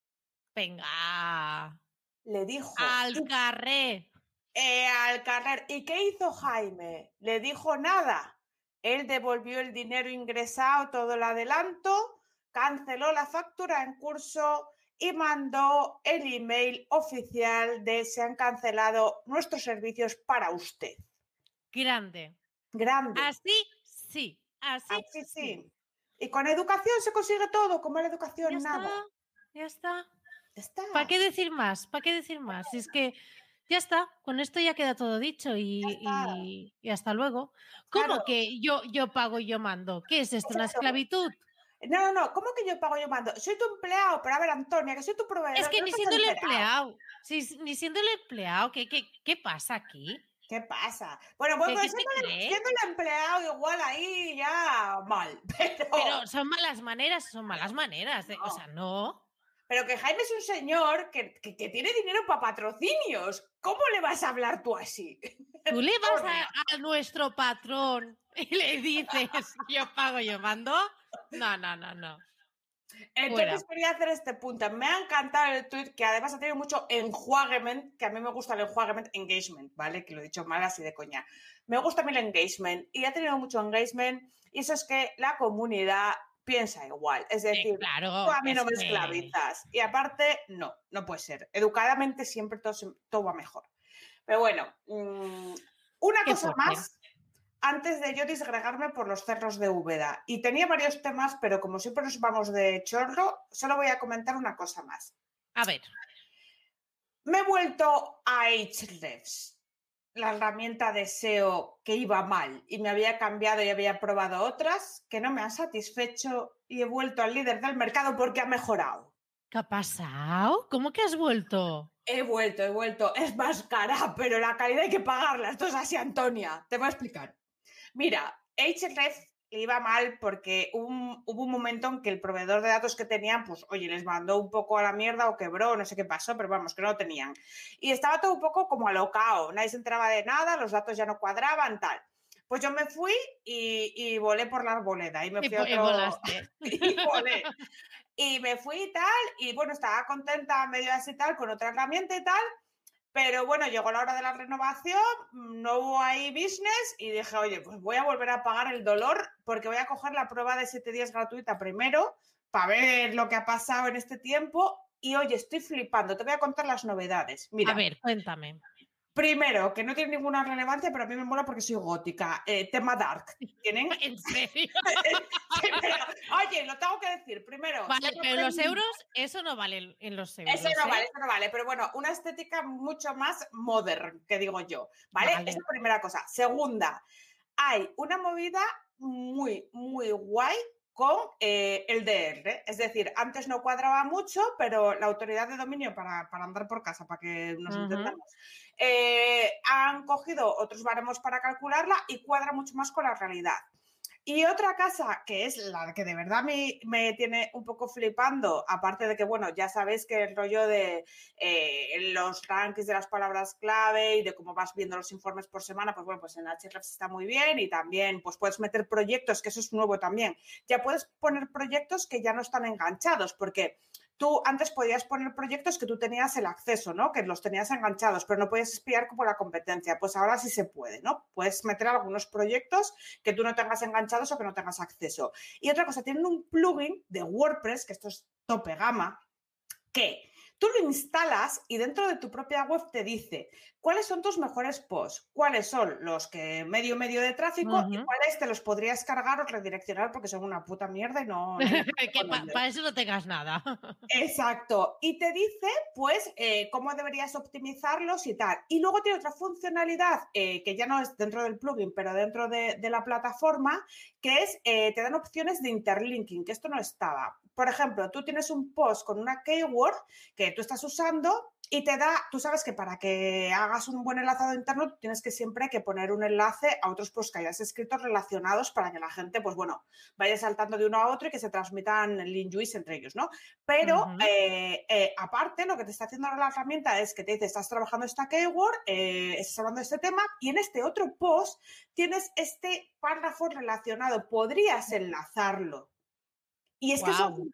Venga. Le dijo. Al carrer. Eh, al carrer. ¿Y qué hizo Jaime? Le dijo nada. Él devolvió el dinero ingresado, todo el adelanto, canceló la factura en curso y mandó el email oficial de se han cancelado nuestros servicios para usted. Grande. Grande. Así sí, así, Así sí. sí. Y con educación se consigue todo, con mala educación Ya nada. está, ya está. Ya está. ¿Para qué decir más? ¿Para qué decir más? Si es que ya está, con esto ya queda todo dicho y, y, y hasta luego. ¿Cómo Claro. que yo, yo pago y yo mando? ¿Qué es esto, una Exacto. esclavitud? No, no, no, ¿cómo que yo pago yo mando? Soy tu empleado, pero a ver, Antonia, que soy tu proveedor. Es que ¿no ni te has siendo el enterado? empleado, si- ni siendo el empleado, ¿qué, qué, qué pasa aquí? ¿Qué pasa? Bueno, ¿Qué, bueno, qué te siendo, el, crees? siendo el empleado igual ahí ya mal, pero... Pero son malas maneras, son malas maneras. de- No. O sea, no. Pero que Jaime es un señor que, que, que tiene dinero para patrocinios. ¿Cómo le vas a hablar tú así? Tú le vas a, a nuestro patrón y le dices, yo pago, yo mando. No, no, no, no. Entonces Fuera. quería hacer este punto. Me ha encantado el tweet, que además ha tenido mucho enjuagement, que a mí me gusta el enjuagement, engagement, ¿vale? Que lo he dicho mal así de coña. Me gusta a mí el engagement y ha tenido mucho engagement y eso es que la comunidad piensa igual. Es decir, Eh, claro, tú a mí no es me que- esclavizas. Y aparte, no, no puede ser. Educadamente siempre todo, se- todo va mejor. Pero bueno, mmm, una Qué cosa fuerte. más antes de yo disgregarme por los cerros de Úbeda. Y tenía varios temas, pero como siempre nos vamos de chorro, solo voy a comentar una cosa más. A ver, Me he vuelto a Ahrefs, la herramienta de S E O que iba mal y me había cambiado y había probado otras que no me han satisfecho y he vuelto al líder del mercado porque ha mejorado. ¿qué ha pasado? ¿Cómo que has vuelto? He vuelto, he vuelto. Es más cara, pero la calidad hay que pagarla. Esto es así, Antonia. Te voy a explicar. Mira, Ahrefs le iba mal porque un, hubo un momento en que el proveedor de datos que tenían, pues, oye, les mandó un poco a la mierda o quebró, no sé qué pasó, pero vamos, que no lo tenían. Y estaba todo un poco como alocado, nadie se enteraba de nada, los datos ya no cuadraban, tal. Pues yo me fui y, y volé por la arboleda y me Y, fui a po- y otro... volaste. y volé. Y me fui y tal, y bueno, estaba contenta medio así tal, con otra herramienta y tal, pero bueno, llegó la hora de la renovación, no hubo ahí business y dije, oye, pues voy a volver a pagar el dolor porque voy a coger la prueba de siete días gratuita primero para ver lo que ha pasado en este tiempo y oye, estoy flipando, te voy a contar las novedades. Mira, A ver, cuéntame. primero, que no tiene ninguna relevancia, pero a mí me mola porque soy gótica, eh, tema dark. ¿Tienen? ¿En serio? Primero, oye, lo tengo que decir, primero. Vale, se pero en los aprende- euros, eso no vale en los euros. Eso no ¿eh? vale, eso no vale, pero bueno, una estética mucho más modern, que digo yo, ¿vale? Vale. Esa es la primera cosa. Segunda, hay una movida muy, muy guay con eh, el D R. Es decir, antes no cuadraba mucho, pero la autoridad de dominio, para, para andar por casa, para que nos Ujú. entendamos, eh, han cogido otros baremos para calcularla y cuadra mucho más con la realidad. Y otra casa, que es la que de verdad me, me tiene un poco flipando, aparte de que, bueno, ya sabéis que el rollo de eh, los rankings de las palabras clave y de cómo vas viendo los informes por semana, pues bueno, pues en Ahrefs está muy bien y también pues puedes meter proyectos, que eso es nuevo también. Ya puedes poner proyectos que ya no están enganchados, porque tú antes podías poner proyectos que tú tenías el acceso, ¿no? Que los tenías enganchados, pero no podías espiar como la competencia. Pues ahora sí se puede, ¿no? Puedes meter algunos proyectos que tú no tengas enganchados o que no tengas acceso. Y otra cosa, tienen un plugin de WordPress, que esto es tope gama, que tú lo instalas y dentro de tu propia web te dice cuáles son tus mejores posts, cuáles son los que medio medio de tráfico Ujú. y cuáles te los podrías cargar o redireccionar porque son una puta mierda y no... no hay nada que con para ellos. pa eso no tengas nada. Exacto. Y te dice, pues, eh, cómo deberías optimizarlos y tal. Y luego tiene otra funcionalidad eh, que ya no es dentro del plugin, pero dentro de, de la plataforma, que es, eh, te dan opciones de interlinking, que esto no estaba. Por ejemplo, tú tienes un post con una keyword que tú estás usando y te da, tú sabes que para que hagas un buen enlazado interno tú tienes que siempre que poner un enlace a otros posts que hayas escrito relacionados para que la gente, pues bueno, vaya saltando de uno a otro y que se transmitan link juice entre ellos, ¿no? Pero Ujú. eh, eh, aparte lo que te está haciendo ahora la herramienta es que te dice, estás trabajando esta keyword, eh, estás hablando de este tema y en este otro post tienes este párrafo relacionado, podrías enlazarlo. Y es que eso Guau.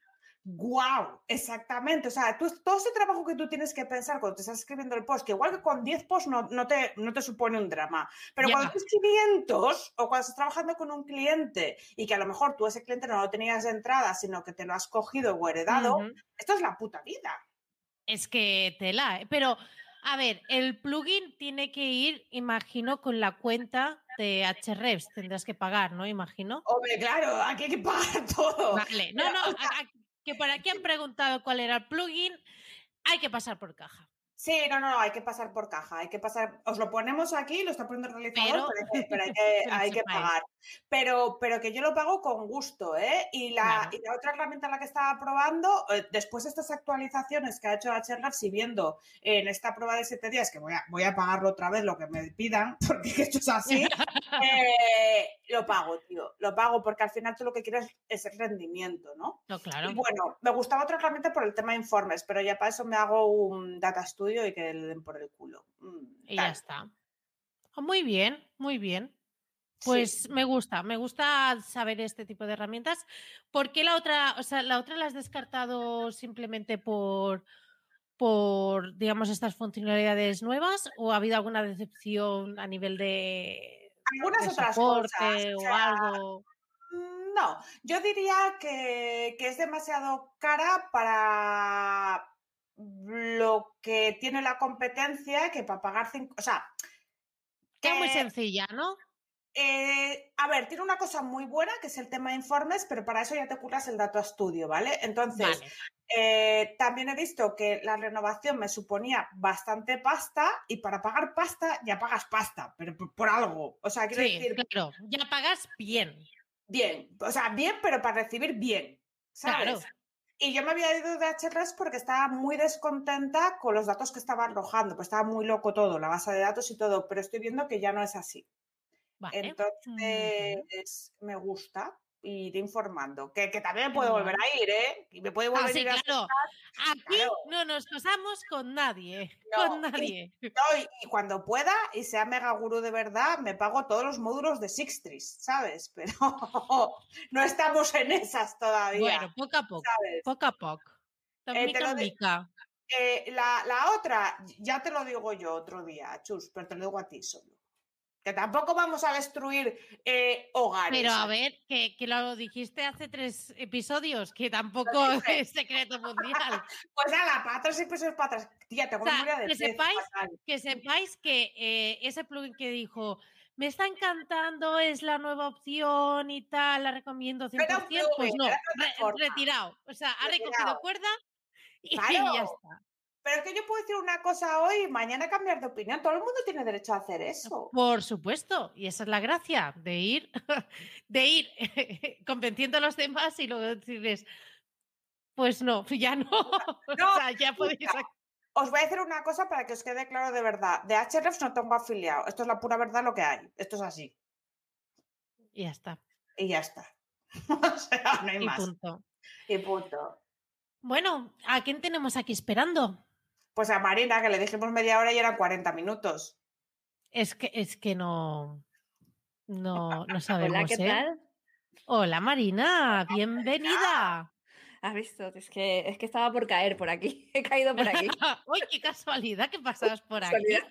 ¡Guau! Exactamente. O sea, tú, todo ese trabajo que tú tienes que pensar cuando te estás escribiendo el post, que igual que con diez posts no, no, te, no te supone un drama, pero Ya. cuando tienes quinientos o cuando estás trabajando con un cliente y que a lo mejor tú ese cliente no lo tenías de entrada, sino que te lo has cogido o heredado, Ujú. esto es la puta vida. Es que tela, ¿eh? Pero, a ver, el plugin tiene que ir, imagino, con la cuenta de Ahrefs. Tendrás que pagar, ¿no? Imagino. Hombre, claro, aquí hay que pagar todo. Vale, no, no, a- a- que por aquí han preguntado cuál era el plugin, hay que pasar por caja. Sí, no, no, hay que pasar por caja, hay que pasar, os lo ponemos aquí, lo está poniendo el realizador, Pero, pero, hay que, pero hay que, pero hay que sepáis. pagar. Pero, pero que yo lo pago con gusto, ¿eh? Y la, Claro. y la otra herramienta la que estaba probando, eh, después de estas actualizaciones que ha hecho Ahrefs y viendo en esta prueba de siete días, que voy a, voy a pagarlo otra vez lo que me pidan, porque esto es así, eh, lo pago, tío, lo pago, porque al final tú lo que quieres es el rendimiento, ¿no? No, claro. Y bueno, me gustaba otra herramienta por el tema de informes, pero ya para eso me hago un data studio y que le den por el culo. Mm, Y tal. ya está. Oh, muy bien, muy bien. Sí. Pues me gusta, me gusta saber este tipo de herramientas. ¿Por qué la otra, o sea, la otra la has descartado simplemente por, por, digamos, estas funcionalidades nuevas o ha habido alguna decepción a nivel de, Algunas de otras soporte cosas, o o sea, algo? mm, no, yo diría que, que es demasiado cara para lo que tiene la competencia, que para pagar cinco, o sea, Queda muy eh, sencilla, ¿no? Eh, a ver, tiene una cosa muy buena que es el tema de informes, pero para eso ya te curras el Data Studio, ¿vale? Entonces, Vale. eh, también he visto que la renovación me suponía bastante pasta y para pagar pasta ya pagas pasta, pero por, por algo. O sea, quiero Sí, decir, claro, ya pagas bien. bien, o sea, bien, pero para recibir bien, ¿sabes? Claro. Y yo me había ido de Ahrefs porque estaba muy descontenta con los datos que estaba arrojando, pues estaba muy loco todo, la base de datos y todo, pero estoy viendo que ya no es así. Vale. Muy bien. Entonces, me gusta ir informando. Que, que también me Qué puede guay. volver a ir, ¿eh? Y me puede Ah, volver a sí, ir a claro. Aquí Claro. no nos casamos con nadie. No, Con nadie. y, no, y- y cuando pueda y sea mega gurú de verdad, me pago todos los módulos de Sixtris, ¿sabes? Pero no estamos en esas todavía, Bueno, poco a poco. ¿sabes? Poco a poco. Eh, te Mica lo en de- mica. eh, la, la otra, ya te lo digo yo otro día, Chus, pero te lo digo a ti solo. Que tampoco vamos a destruir eh, hogares. Pero a aquí. ver, que, que lo dijiste hace tres episodios, que tampoco Lo dije. es secreto mundial. Pues nada, para atrás y pesos para atrás. Tía, tengo O sea, memoria de que pez, sepáis, fatal. que sepáis que eh, ese plugin que dijo, me está encantando, es la nueva opción y tal, la recomiendo cien Era por un ciento, pues plugin, no, era re- plataforma. retirado. O sea, ha Retirado. recogido cuerda y, Claro. y ya está. Pero es que yo puedo decir una cosa hoy y mañana cambiar de opinión. Todo el mundo tiene derecho a hacer eso. Por supuesto, y esa es la gracia de ir, de ir convenciendo a los demás y luego decirles, pues no, ya no, No, o sea, ya podéis. escucha, os voy a decir una cosa para que os quede claro de verdad. De Ahrefs no tengo afiliado. Esto es la pura verdad lo que hay. Esto es así. Y ya está. Y ya está. O sea, no hay Y más. punto. Y punto. Bueno, ¿a quién tenemos aquí esperando? Pues a Marina, que le dijimos media hora y eran cuarenta minutos. Es que, es que no, no, no sabemos. Hola, ¿qué ¿eh? tal? Hola Marina, bienvenida. ¿Has visto? Es que, es que estaba por caer por aquí. He caído por aquí. Uy, qué casualidad que pasabas por aquí. Casualidad.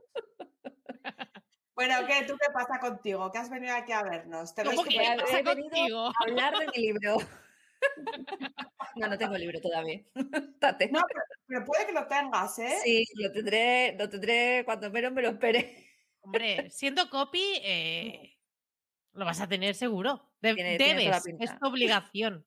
Bueno, ¿qué? ¿Tú qué pasa contigo? ¿Que has venido aquí a vernos? ¿Te ves ¿Cómo que que he- qué pasa he venido contigo? a hablar de mi libro. No, no tengo libro todavía. Tate. No, pero, pero puede que lo tengas, ¿eh? Sí, lo tendré, lo tendré cuando menos me lo espere. Hombre, siendo copy, eh, lo vas a tener seguro. De- Tiene- tiene toda la debes, pinta. es tu obligación.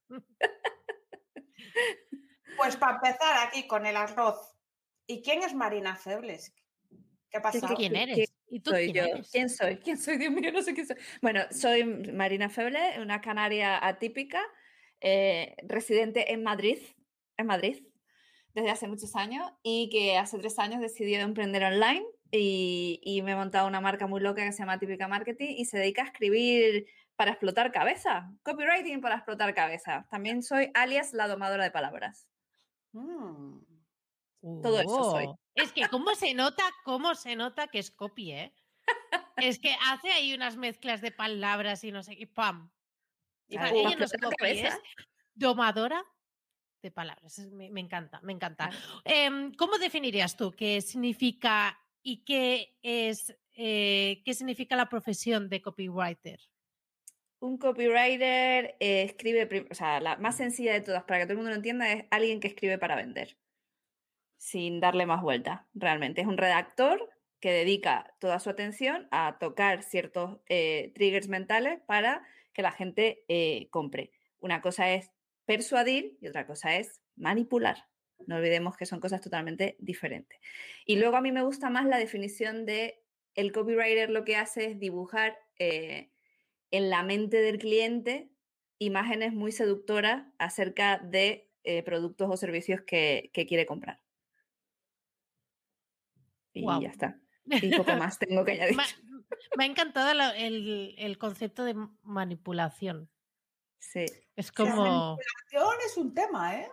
Pues para empezar aquí con el arroz. ¿Y quién es Marina Febles? ¿Qué ha ¿Qué- pasado? ¿Quién ¿Quién- eres? ¿Y tú soy quién yo? eres? ¿Quién soy? ¿Quién soy? Dios mío, no sé quién soy. Bueno, soy Marina Feble, una canaria atípica, eh, residente en Madrid, en Madrid, desde hace muchos años y que hace tres años decidió emprender online y, y me he montado una marca muy loca que se llama Típica Marketing y se dedica a escribir para explotar cabeza, copywriting para explotar cabeza. También soy alias la domadora de palabras. Mm. Todo eso soy. Oh, es que cómo se nota, cómo se nota que es copy, ¿eh? Es que hace ahí unas mezclas de palabras y no sé qué, ¡pam! Y O sea, Claro, pum. ella no es explotar copy, cabeza. es domadora de palabras. Es- Me, me encanta, me encanta. Claro. Em, ¿Cómo definirías tú qué significa y qué es eh, qué significa la profesión de copywriter? Un copywriter eh, escribe, prim- o sea, la más sencilla de todas, para que todo el mundo lo entienda, es alguien que escribe para vender, sin darle más vuelta, realmente. Es un redactor que dedica toda su atención a tocar ciertos eh, triggers mentales para que la gente eh, compre. Una cosa es persuadir y otra cosa es manipular. No olvidemos que son cosas totalmente diferentes. Y luego a mí me gusta más la definición de el copywriter lo que hace es dibujar eh, en la mente del cliente imágenes muy seductoras acerca de eh, productos o servicios que, que quiere comprar. Y Guau. ya está. Y poco más tengo que añadir. Me, me ha encantado la- el, el concepto de manipulación. Sí. Es La como... manipulación es un tema, ¿eh?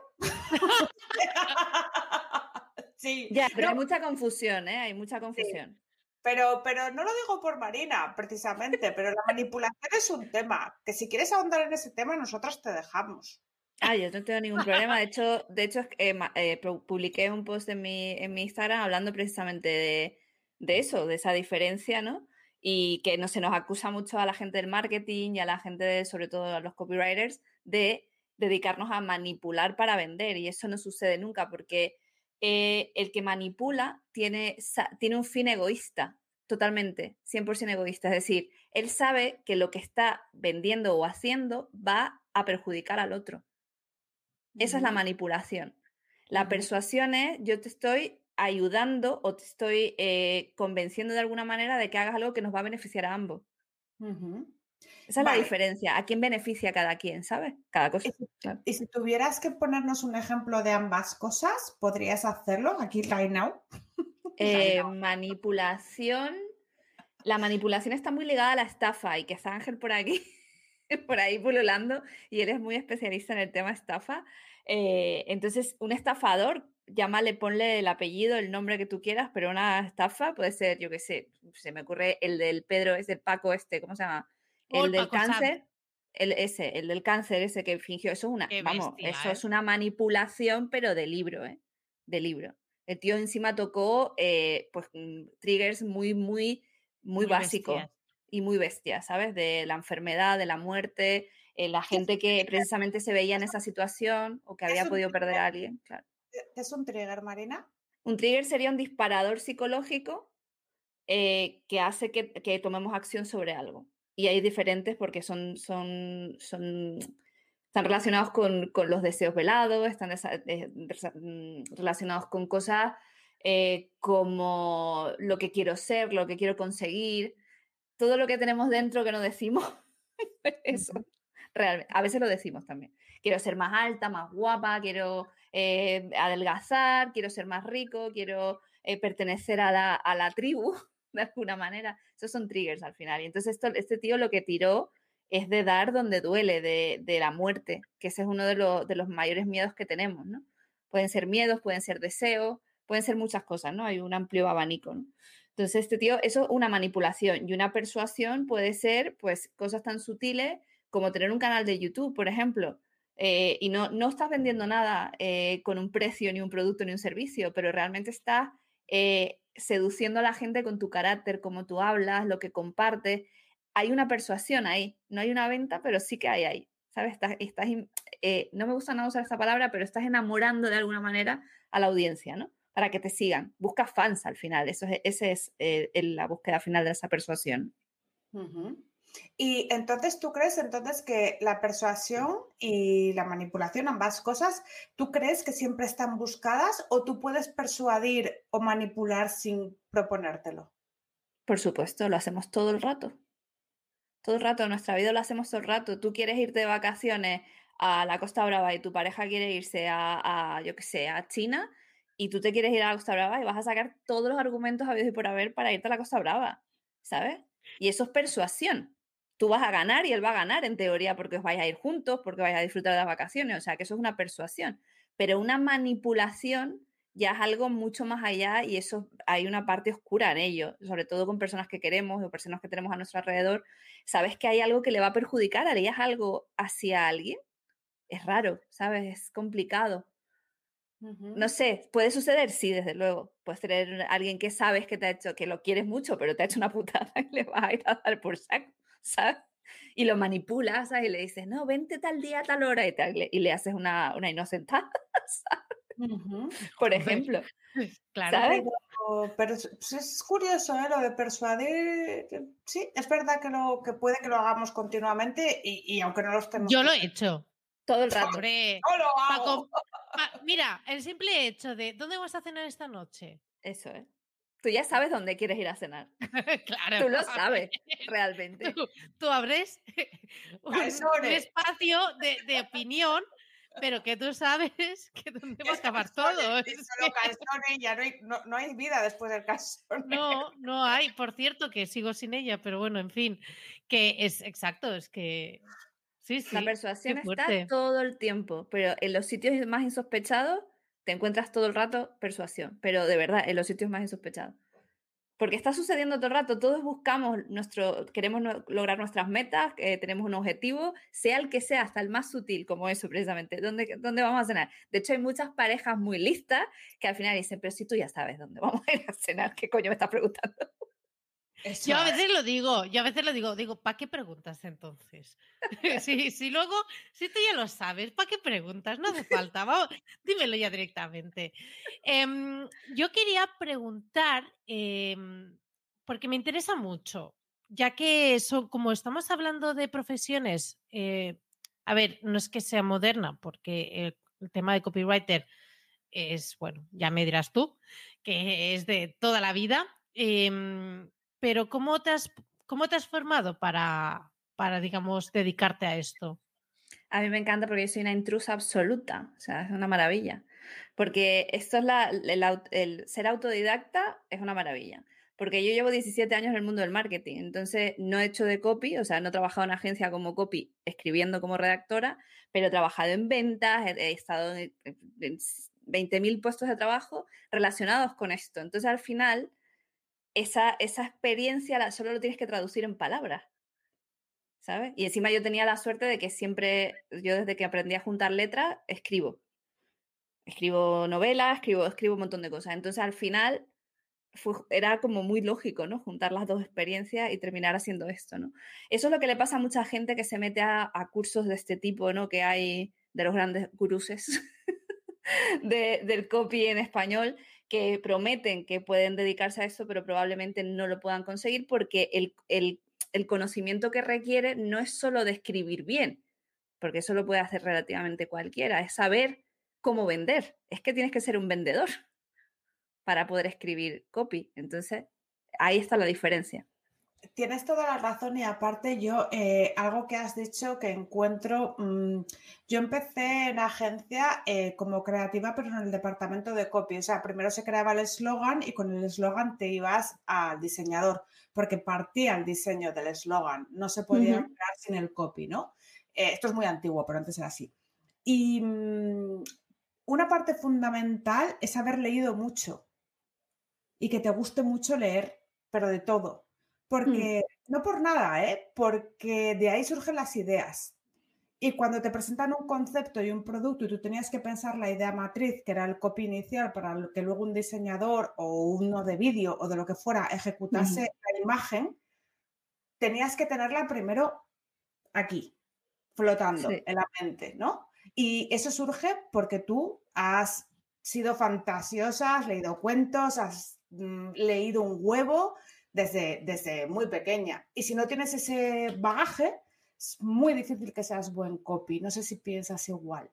Sí. Ya, pero No, hay mucha confusión, ¿eh? Hay mucha confusión. Pero, pero no lo digo por Marina, precisamente, pero la manipulación es un tema, que si quieres ahondar en ese tema, nosotros te dejamos. Ah, yo no tengo ningún problema. De hecho, de hecho eh, ma- eh, pu- publiqué un post en mi, en mi Instagram hablando precisamente de, de eso, de esa diferencia, ¿no? Y que no se nos acusa mucho a la gente del marketing y a la gente, de, sobre todo a los copywriters, de dedicarnos a manipular para vender. Y eso no sucede nunca porque eh, el que manipula tiene, sa- tiene un fin egoísta, totalmente, cien por ciento egoísta. Es decir, él sabe que lo que está vendiendo o haciendo va a perjudicar al otro. Esa es la Ujú, manipulación. La ujú. persuasión es yo te estoy ayudando o te estoy eh, convenciendo de alguna manera de que hagas algo que nos va a beneficiar a ambos. Ujú. Esa es la Vale. diferencia. ¿A quién beneficia cada quien, sabes? Cada cosa. Y si, Claro. y si tuvieras que ponernos un ejemplo de ambas cosas, ¿podrías hacerlo aquí, right now? Eh, now. manipulación. La manipulación está muy ligada a la estafa y que está Ángel por aquí, por ahí pululando y él es muy especialista en el tema estafa. Eh, entonces, un estafador, llámale, ponle el apellido, el nombre que tú quieras, pero una estafa puede ser, yo qué sé, se me ocurre el del Pedro, es del Paco este, ¿cómo se llama? Oh, El el del Paco Sanz. cáncer, el ese, el del cáncer ese que fingió, eso es una, Qué vamos, bestia, eso ¿eh? es una manipulación, pero de libro, ¿eh? De libro. El tío encima tocó, eh, pues, mm, triggers muy, muy muy, Muy básico bestias. y muy bestia, ¿sabes? De la enfermedad, de la muerte, eh, la ¿Qué es gente un que trigger? precisamente se veía en esa situación o que ¿Qué es había un podido perder trigger? a alguien, claro. ¿Qué es un trigger, Marina? Un trigger sería un disparador psicológico eh, que hace que, que tomemos acción sobre algo. Y hay diferentes porque son, son, son, están relacionados con, con los deseos velados, están desa- eh, desa- mm, relacionados con cosas eh, como lo que quiero ser, lo que quiero conseguir, todo lo que tenemos dentro que no decimos. Eso, Ujú. realmente. A veces lo decimos también. Quiero ser más alta, más guapa, quiero eh, adelgazar, quiero ser más rico, quiero eh, pertenecer a la, a la tribu, de alguna manera. Esos son triggers al final. Y entonces esto, este tío lo que tiró es de dar donde duele, de, de la muerte, que ese es uno de, lo- de los mayores miedos que tenemos, ¿no? Pueden ser miedos, pueden ser deseos, pueden ser muchas cosas, ¿no? Hay un amplio abanico, ¿no? Entonces, este tío, eso es una manipulación y una persuasión puede ser, pues, cosas tan sutiles como tener un canal de YouTube, por ejemplo, eh, y no, no estás vendiendo nada eh, con un precio, ni un producto, ni un servicio, pero realmente estás eh, seduciendo a la gente con tu carácter, cómo tú hablas, lo que compartes. Hay una persuasión ahí, no hay una venta, pero sí que hay ahí, ¿sabes? Estás, estás eh, no me gusta nada usar esta palabra, pero estás enamorando de alguna manera a la audiencia, ¿no? Para que te sigan. Buscas fans al final. Eso es, ese es eh, el- la búsqueda final de esa persuasión. Ujú. Y entonces, ¿tú crees entonces que la persuasión y la manipulación, ambas cosas, ¿tú crees que siempre están buscadas o tú puedes persuadir o manipular sin proponértelo? Por supuesto, lo hacemos todo el rato. Todo el rato, en nuestra vida lo hacemos todo el rato. Tú quieres irte de vacaciones a la Costa Brava y tu pareja quiere irse a, a, yo qué sé, a China y tú te quieres ir a la Costa Brava y vas a sacar todos los argumentos habidos y por haber para irte a la Costa Brava, ¿sabes? Y eso es persuasión. Tú vas a ganar y él va a ganar en teoría porque os vais a ir juntos, porque vais a disfrutar de las vacaciones, o sea que eso es una persuasión. Pero una manipulación ya es algo mucho más allá y eso hay una parte oscura en ello, sobre todo con personas que queremos o personas que tenemos a nuestro alrededor. Sabes que hay algo que le va a perjudicar, harías algo hacia alguien es raro, ¿sabes? Es complicado. Ujú. No sé, ¿puede suceder? Sí, desde luego. Puedes tener a alguien que sabes que te ha hecho, que lo quieres mucho, pero te ha hecho una putada y le vas a ir a dar por saco, ¿sabes? Y lo manipulas, ¿sabes? Y le dices, no, vente tal día a tal hora y, tal, y le haces una, una inocentada, ¿sabes? Ujú. Por Joder, ejemplo, claro. ¿sabes? Pero, pero es, pues es curioso, ¿eh? Lo de persuadir. Sí, es verdad que, lo, que puede que lo hagamos continuamente y, y aunque no lo estemos. Yo lo he hecho. Todo el rato. Hombre, ¡No lo pa hago! com- pa- mira, el simple hecho de ¿dónde vas a cenar esta noche? Eso, ¿eh? Tú ya sabes dónde quieres ir a cenar. Claro. Tú lo a sabes, ver, realmente. Tú, tú abres un, un Calzones. espacio de, de opinión, pero que tú sabes que dónde va a Es acabar calzones, todo. y Es solo que calzones, ya no hay, no, no hay vida después del calzone. no, no hay. Por cierto, que sigo sin ella, pero bueno, en fin, que es exacto, es que sí, La sí, persuasión qué está fuerte. todo el tiempo, pero en los sitios más insospechados te encuentras todo el rato persuasión, pero de verdad, en los sitios más insospechados. Porque está sucediendo todo el rato, todos buscamos nuestro, queremos no- lograr nuestras metas, eh, tenemos un objetivo, sea el que sea, hasta el más sutil, como eso precisamente, ¿dónde, dónde vamos a cenar? De hecho, hay muchas parejas muy listas que al final dicen, pero si tú ya sabes dónde vamos a ir a cenar, ¿qué coño me estás preguntando? Eso Yo a es. veces lo digo, yo a veces lo digo, digo, ¿para qué preguntas entonces? Si, si luego, si tú ya lo sabes, ¿para qué preguntas? No hace falta, vamos, dímelo ya directamente. Em, yo quería preguntar, em, porque me interesa mucho, ya que eso, como estamos hablando de profesiones, eh, a ver, no es que sea moderna, porque el, el tema de copywriter es, bueno, ya me dirás tú, que es de toda la vida. em, pero ¿cómo te has, cómo te has formado para, para, digamos, dedicarte a esto? A mí me encanta porque yo soy una intrusa absoluta, o sea, es una maravilla. Porque esto es la, el, au- el ser autodidacta es una maravilla. Porque yo llevo diecisiete años en el mundo del marketing, entonces no he hecho de copy, o sea, no he trabajado en agencia como copy, escribiendo como redactora, pero he trabajado en ventas, he, he estado en, en veinte mil puestos de trabajo relacionados con esto. Entonces, al final, esa, esa experiencia la, solo lo tienes que traducir en palabras. ¿Sabes? Y encima yo tenía la suerte de que siempre, yo desde que aprendí a juntar letras, escribo. Escribo novelas, escribo, escribo un montón de cosas. Entonces, al final, fue, era como muy lógico, ¿no? Juntar las dos experiencias y terminar haciendo esto, ¿no? Eso es lo que le pasa a mucha gente que se mete a, a cursos de este tipo, ¿no? Que hay de los grandes guruses de, del copy en español, que prometen que pueden dedicarse a eso, pero probablemente no lo puedan conseguir porque el, el el conocimiento que requiere no es solo de escribir bien, porque eso lo puede hacer relativamente cualquiera, es saber cómo vender. Es que tienes que ser un vendedor para poder escribir copy. Entonces, ahí está la diferencia. Tienes toda la razón y aparte yo, eh, algo que has dicho que encuentro, mmm, yo empecé en agencia eh, como creativa pero en el departamento de copy, o sea, primero se creaba el eslogan y con el eslogan te ibas al diseñador porque partía el diseño del eslogan, no se podía Uh-huh. crear sin el copy, ¿no? Eh, esto es muy antiguo, pero antes era así. Y mmm, una parte fundamental es haber leído mucho y que te guste mucho leer, pero de todo. Porque, mm. no por nada, ¿eh? Porque de ahí surgen las ideas. Y cuando te presentan un concepto y un producto y tú tenías que pensar la idea matriz, que era el copy inicial, para que luego un diseñador o uno de vídeo o de lo que fuera ejecutase uh-huh. la imagen, tenías que tenerla primero aquí, flotando sí. en la mente, ¿no? Y eso surge porque tú has sido fantasiosa, has leído cuentos, has mm, leído un huevo desde, desde muy pequeña. Y si no tienes ese bagaje, es muy difícil que seas buen copy. No sé si piensas igual.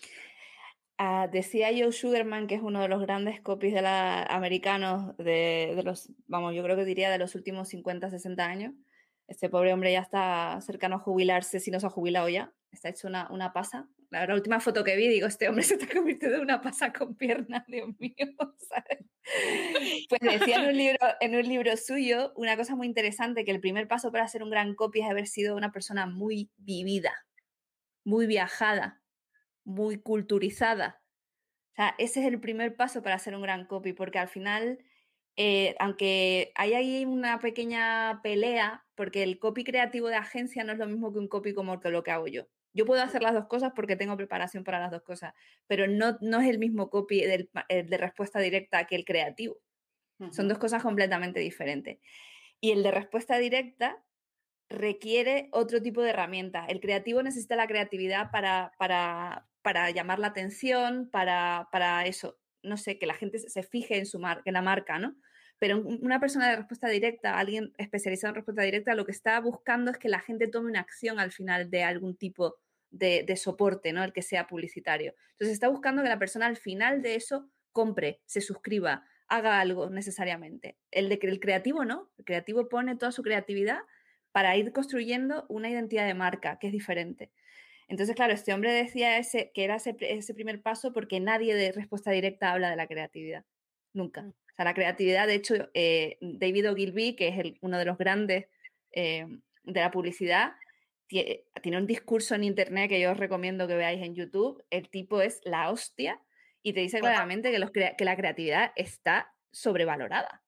Uh, decía Joe Sugarman, que es uno de los grandes copies de la, americanos de, de los, vamos, yo creo que diría de los últimos cincuenta, sesenta años. Este pobre hombre ya está cercano a jubilarse, si no se ha jubilado ya. Está hecho una, una pasa. La, la última foto que vi, digo, este hombre se está convirtiendo en una pasa con piernas, Dios mío, ¿sabes? Pues decía en un, libro, en un libro suyo una cosa muy interesante, que el primer paso para ser un gran copy es haber sido una persona muy vivida, muy viajada, muy culturizada. O sea, ese es el primer paso para ser un gran copy, porque al final, eh, aunque hay ahí una pequeña pelea, porque el copy creativo de agencia no es lo mismo que un copy como lo que hago yo. Yo puedo hacer las dos cosas porque tengo preparación para las dos cosas, pero no, no es el mismo copy del, el de respuesta directa que el creativo. Uh-huh. Son dos cosas completamente diferentes. Y el de respuesta directa requiere otro tipo de herramientas. El creativo necesita la creatividad para, para, para llamar la atención, para, para eso, no sé, que la gente se fije en, su mar, en la marca, ¿no? Pero una persona de respuesta directa, alguien especializado en respuesta directa, lo que está buscando es que la gente tome una acción al final de algún tipo de, de soporte, ¿no? El que sea publicitario. Entonces está buscando que la persona al final de eso compre, se suscriba, haga algo necesariamente. El de que el creativo no, el creativo pone toda su creatividad para ir construyendo una identidad de marca que es diferente. Entonces, claro, este hombre decía ese, que era ese, ese primer paso porque nadie de respuesta directa habla de la creatividad. Nunca. O sea, la creatividad, de hecho, eh, David Ogilvy, que es el, uno de los grandes eh, de la publicidad, tiene, tiene un discurso en internet que yo os recomiendo que veáis en YouTube. El tipo es la hostia y te dice claramente que, los, que la creatividad está sobrevalorada.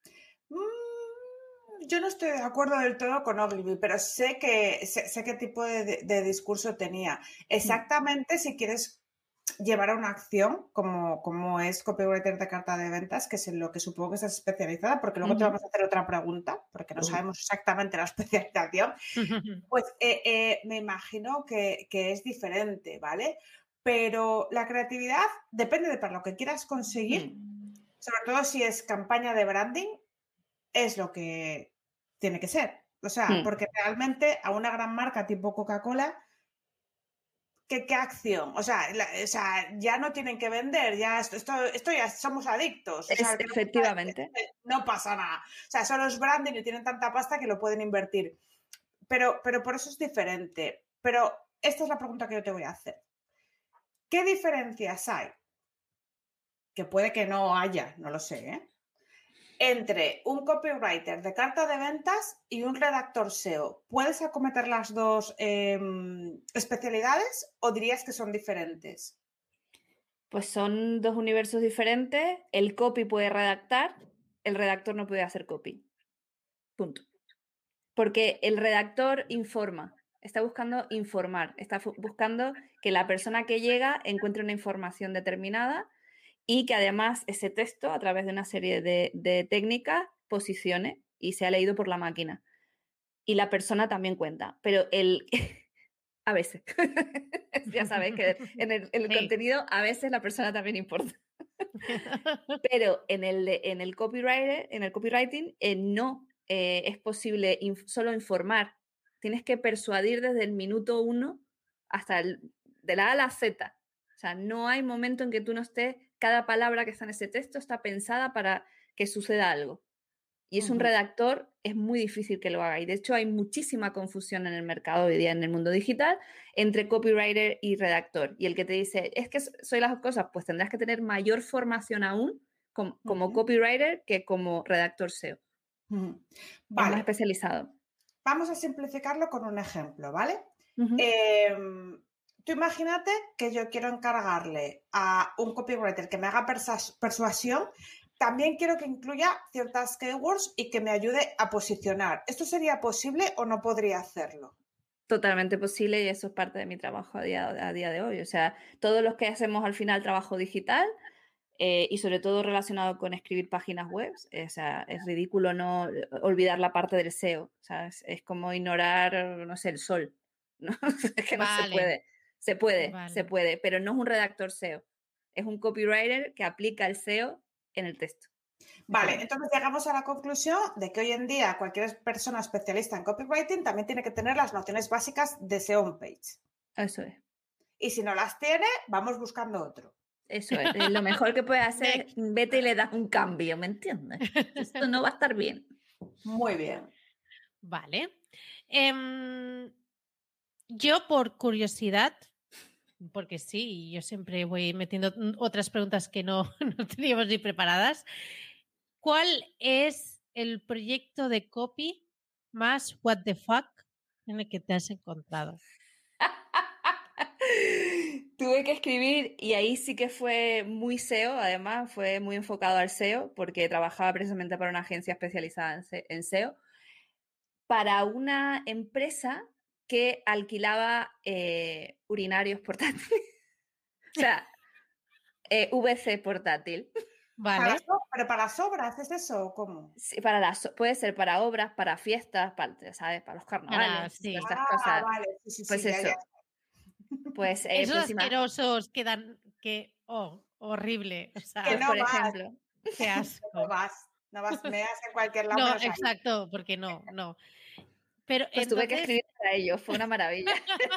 Yo no estoy de acuerdo del todo con Ogilvy, pero sé que sé, sé qué tipo de, de, de discurso tenía. Exactamente, si quieres llevar a una acción como, como es copywriter de carta de ventas, que es en lo que supongo que estás especializada, porque luego uh-huh. te vamos a hacer otra pregunta, porque no uh-huh. sabemos exactamente la especialización, pues eh, eh, me imagino que, que es diferente, ¿vale? Pero la creatividad depende de para lo que quieras conseguir, uh-huh. sobre todo si es campaña de branding, es lo que tiene que ser. O sea, uh-huh. porque realmente a una gran marca tipo Coca-Cola, ¿Qué, ¿Qué acción? O sea, la, o sea, ya no tienen que vender, ya esto, esto, esto ya somos adictos. O sea, es, efectivamente. No, no pasa nada. O sea, son los branding y tienen tanta pasta que lo pueden invertir. Pero, pero por eso es diferente. Pero esta es la pregunta que yo te voy a hacer. ¿Qué diferencias hay? Que puede que no haya, no lo sé, ¿eh? Entre un copywriter de carta de ventas y un redactor S E O. ¿Puedes acometer las dos eh, especialidades o dirías que son diferentes? Pues son dos universos diferentes. El copy puede redactar, el redactor no puede hacer copy. Punto. Porque el redactor informa, está buscando informar, está buscando que la persona que llega encuentre una información determinada y que además ese texto, a través de una serie de, de técnicas, posicione y sea leído por la máquina. Y la persona también cuenta, pero el... a veces. Ya sabéis que en el, en el sí. contenido a veces la persona también importa. Pero en el, en el copywriter, en el copywriting eh, no eh, es posible inf- solo informar. Tienes que persuadir desde el minuto uno hasta el, de la A a la Z. O sea, no hay momento en que tú no estés, cada palabra que está en ese texto está pensada para que suceda algo. Y es uh-huh. un redactor, es muy difícil que lo haga. Y de hecho hay muchísima confusión en el mercado hoy día, en el mundo digital, entre copywriter y redactor. Y el que te dice, es que soy las dos cosas, pues tendrás que tener mayor formación aún como, como uh-huh. copywriter que como redactor S E O. Uh-huh. Vale. Es más especializado. Vamos a simplificarlo con un ejemplo, ¿vale? Uh-huh. Eh, tú imagínate que yo quiero encargarle a un copywriter que me haga persu- persuasión. También quiero que incluya ciertas keywords y que me ayude a posicionar. ¿Esto sería posible o no podría hacerlo? Totalmente posible y eso es parte de mi trabajo a día, a día de hoy. O sea, todos los que hacemos al final trabajo digital eh, y sobre todo relacionado con escribir páginas web, eh, o sea, es ridículo no olvidar la parte del S E O. O sea, es, es como ignorar, no sé, el sol. ¿No? Es que vale. no se puede. Se puede, vale. se puede, pero no es un redactor S E O. Es un copywriter que aplica el S E O en el texto. Vale, entonces llegamos a la conclusión de que hoy en día cualquier persona especialista en copywriting también tiene que tener las nociones básicas de S E O on page. Eso es. Y si no las tiene, vamos buscando otro. Eso es. Lo mejor que puede hacer es vete y le das un cambio, ¿me entiendes? Esto no va a estar bien. Muy bien. Vale. Um, yo, por curiosidad, porque sí, yo siempre voy metiendo otras preguntas que no, no teníamos ni preparadas. ¿Cuál es el proyecto de copy más what the fuck en el que te has encontrado? Tuve que escribir y ahí sí que fue muy S E O, además fue muy enfocado al S E O porque trabajaba precisamente para una agencia especializada en S E O, para una empresa que alquilaba eh, urinarios portátiles. O sea, eh, V C portátil. Para Vale. las o- ¿Pero para las obras es eso o cómo? Sí, para las, puede ser para obras, para fiestas, para, ¿sabes? Para los carnavales, sí. todas estas Ah, cosas. vale, sí, sí, Pues sí, ya, eso. ya. Pues, eh, Esos pues ima- asquerosos quedan que oh, horrible. O sea, Que no por vas. ejemplo. qué No asco. vas, no vas, meas en cualquier lado No, menos ahí. exacto, porque no, no. Pero Pues tuve que entonces, escribir para ellos, fue una maravilla.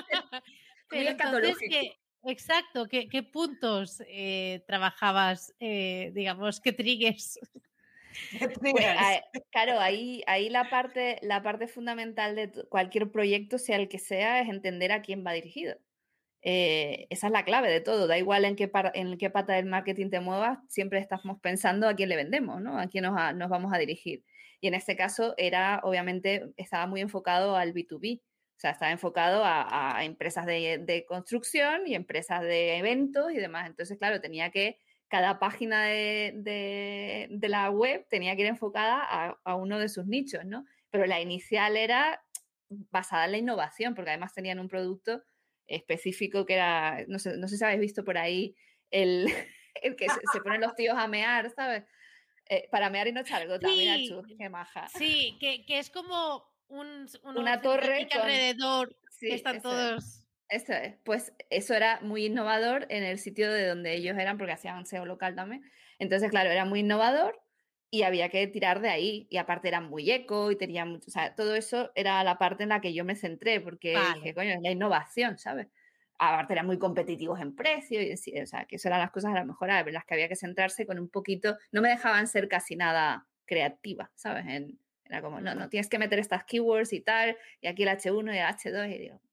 pero Muy entonces escatológico. ¿qué, exacto, ¿qué, qué puntos eh, trabajabas, eh, digamos, qué triggers? Qué Pues, triggers. a- claro, ahí, ahí la parte, la parte fundamental de t- cualquier proyecto, sea el que sea, es entender a quién va dirigido. Eh, esa es la clave de todo. Da igual en qué, par- en qué pata del marketing te muevas, siempre estamos pensando a quién le vendemos, ¿no? A quién nos, a- nos vamos a dirigir. Y en este caso era, obviamente, estaba muy enfocado al B dos B. O sea, estaba enfocado a, a empresas de, de construcción y empresas de eventos y demás. Entonces, claro, tenía que, cada página de, de- de la web tenía que ir enfocada a, a uno de sus nichos, ¿no? Pero la inicial era basada en la innovación, porque además tenían un producto específico que era, no sé, no sé si habéis visto por ahí el, el que se, se ponen los tíos a mear, ¿sabes? Eh, para mear y no echar gota, mira Sí, Chu, qué maja. sí, que, que es como un, una, Una torre centrática con... alrededor, Sí, que están eso es. todos... Eso es, pues eso era muy innovador en el sitio de donde ellos eran, porque hacían S E O local también. Entonces, claro, era muy innovador y había que tirar de ahí. Y aparte era muy eco y tenía mucho, o sea, todo eso era la parte en la que yo me centré, porque Vale. dije, coño, es la innovación, ¿sabes? Aparte eran muy competitivos en precio, y, sí, o sea, que eso eran las cosas a lo mejor en las que había que centrarse con un poquito, no me dejaban ser casi nada creativa, ¿sabes? En, era como, no, no, tienes que meter estas keywords y tal, y aquí el hache uno y el hache dos, y digo,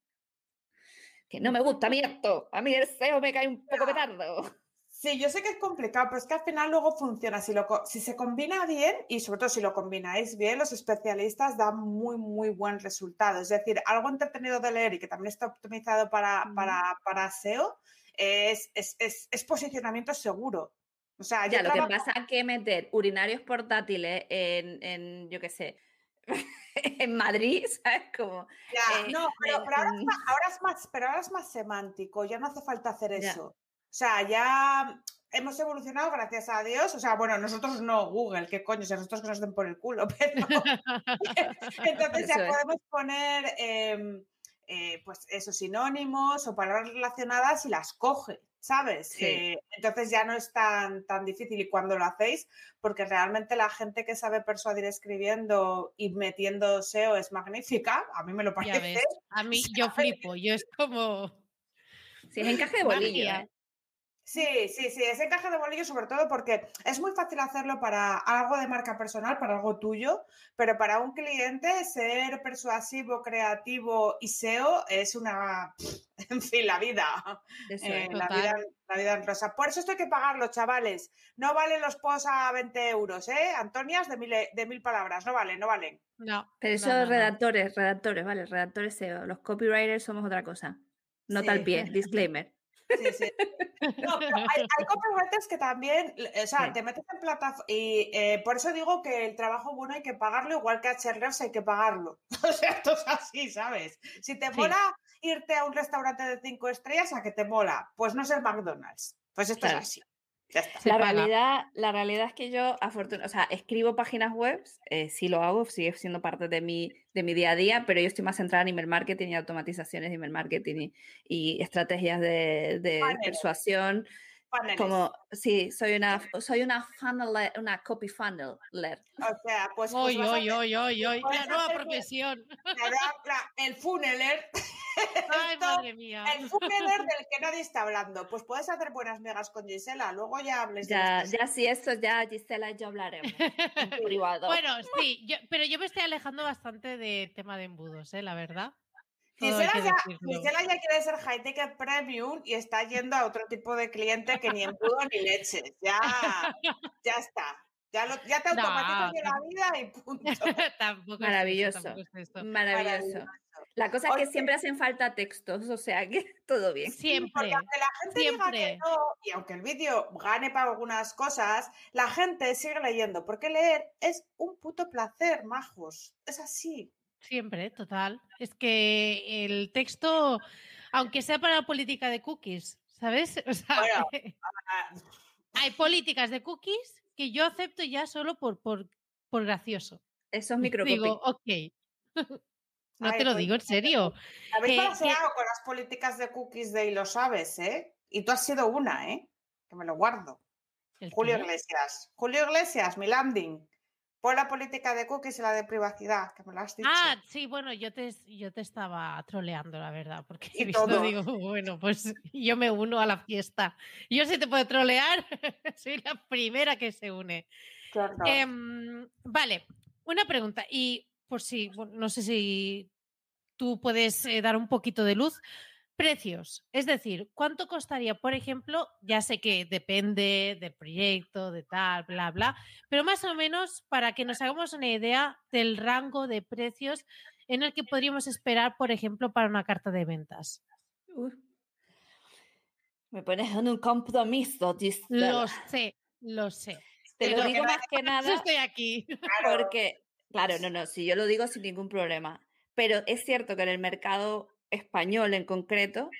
que no me gusta a mí esto, a mí el S E O me cae un poco petardo. Sí, yo sé que es complicado, pero es que al final luego funciona. Si, lo, co- si se combina bien y sobre todo si lo combináis bien, los especialistas dan muy, muy buen resultado. Es decir, algo entretenido de leer y que también está optimizado para, Mm. para, para S E O es, es, es, es posicionamiento seguro. O sea, yo Ya, lo que trabajo... pasa es que meter urinarios portátiles en, en yo qué sé, en Madrid, ¿sabes? Como, Ya, eh, no, pero, en- pero ahora, es en- más, ahora es más, pero ahora es más semántico, ya no hace falta hacer Ya. eso. O sea, ya hemos evolucionado, gracias a Dios. O sea, bueno, nosotros no, Google, qué coño, si a nosotros que nos den por el culo, pero entonces ya Eso es. podemos poner eh, eh, pues esos sinónimos o palabras relacionadas y las coge, ¿sabes? Sí. Eh, entonces ya no es tan, tan difícil y cuando lo hacéis, porque realmente la gente que sabe persuadir escribiendo y metiendo S E O es magnífica, a mí me lo Ya parece. ves, a mí yo flipo, yo es como Sí, es encaje de bolillo, magia. ¿eh? Sí, sí, sí, ese encaje de bolillo sobre todo porque es muy fácil hacerlo para algo de marca personal, para algo tuyo, pero para un cliente ser persuasivo, creativo y S E O es una, en fin, la vida, Eso eh, es. la vida, Total. la vida en rosa. Por eso esto hay que pagarlo, chavales. No valen los posts a veinte euros, ¿eh? Antonias de mil, de mil palabras, no valen, no valen. No, Pero eso no, no, no. redactores, redactores, vale, redactores S E O. Los copywriters somos otra cosa. Nota al Sí. pie, disclaimer. Sí, sí. No, pero hay, hay copywriters que también, o sea, Sí. te metes en plataforma y eh, por eso digo que el trabajo bueno hay que pagarlo, igual que a H R Fs hay que pagarlo. O sea, esto es así, ¿sabes? Si te Sí. mola irte a un restaurante de cinco estrellas, ¿a qué te mola? Pues no ser McDonald's. Pues esto Claro. es así. Ya está. Se La paga. realidad, la realidad es que yo, afortunadamente, o sea, escribo páginas web, eh, sí lo hago, sigue siendo parte de mi, de mi día a día, pero yo estoy más centrada en email marketing y automatizaciones de email marketing y, y estrategias de, de Paneles. persuasión. Paneles. Como, sí, soy una, soy una funnel, una copy funnel. O sea, pues, pues Hoy, vas a hoy, hacer- hoy, hoy, hoy. puedes La nueva hacer- profesión. la nueva- la- el funneler. Ay, Esto- madre mía. El funneler del que nadie está hablando. Pues puedes hacer buenas megas con Gisela. Luego ya hables de Ya, los ya sí, eso ya Gisela y yo hablaremos en privado. Bueno, sí, yo- pero yo me estoy alejando bastante de tema de embudos, ¿eh? La verdad. Todo hay Gisela que ya, decirlo. Gisela ya quiere ser high ticket premium y está yendo a otro tipo de cliente que ni embudo ni leches. Ya, ya está. Ya, lo- ya te No, automatizas de la tampoco. vida y punto. Tampoco Maravilloso. es eso, tampoco es eso. Maravilloso. Maravilloso. La cosa es que Oye, siempre hacen falta textos, o sea que todo bien. Sí, Siempre, porque aunque la gente diga que siempre. no, y aunque el vídeo gane para algunas cosas, la gente sigue leyendo, porque leer es un puto placer, majos. Es así. Siempre, total. Es que el texto, aunque sea para la política de cookies, ¿sabes? O sea, Bueno, ah, hay políticas de cookies que yo acepto ya solo por, por, por gracioso. Eso es Digo, microcopy. ok. No ay, te lo pues, digo en serio. habéis Que- que- balanceado con las políticas de cookies de y lo sabes, ¿eh? Y tú has sido una, ¿eh? Que me lo guardo. ¿El Julio qué? Iglesias. Julio Iglesias, mi landing. Pon la política de cookies y la de privacidad, que me lo has dicho. Ah, sí, bueno, yo te, yo te estaba troleando, la verdad, porque Y he visto, todos. digo, bueno, pues yo me uno a la fiesta. Yo si te puedo trolear, soy la primera que se une. Qué horror. Em, vale, una pregunta, y por si, bueno, no sé si tú puedes eh, dar un poquito de luz. Precios, es decir, ¿cuánto costaría, por ejemplo? Ya sé que depende del proyecto, de tal, bla, bla, pero más o menos para que nos hagamos una idea del rango de precios en el que podríamos esperar, por ejemplo, para una carta de ventas. Uy. Me pones en un compromiso, Gisela. Lo sé, lo sé. Te lo Pero digo más que por eso nada estoy aquí. Claro. porque, claro, no, no, si yo lo digo sin ningún problema, pero es cierto que en el mercado español en concreto,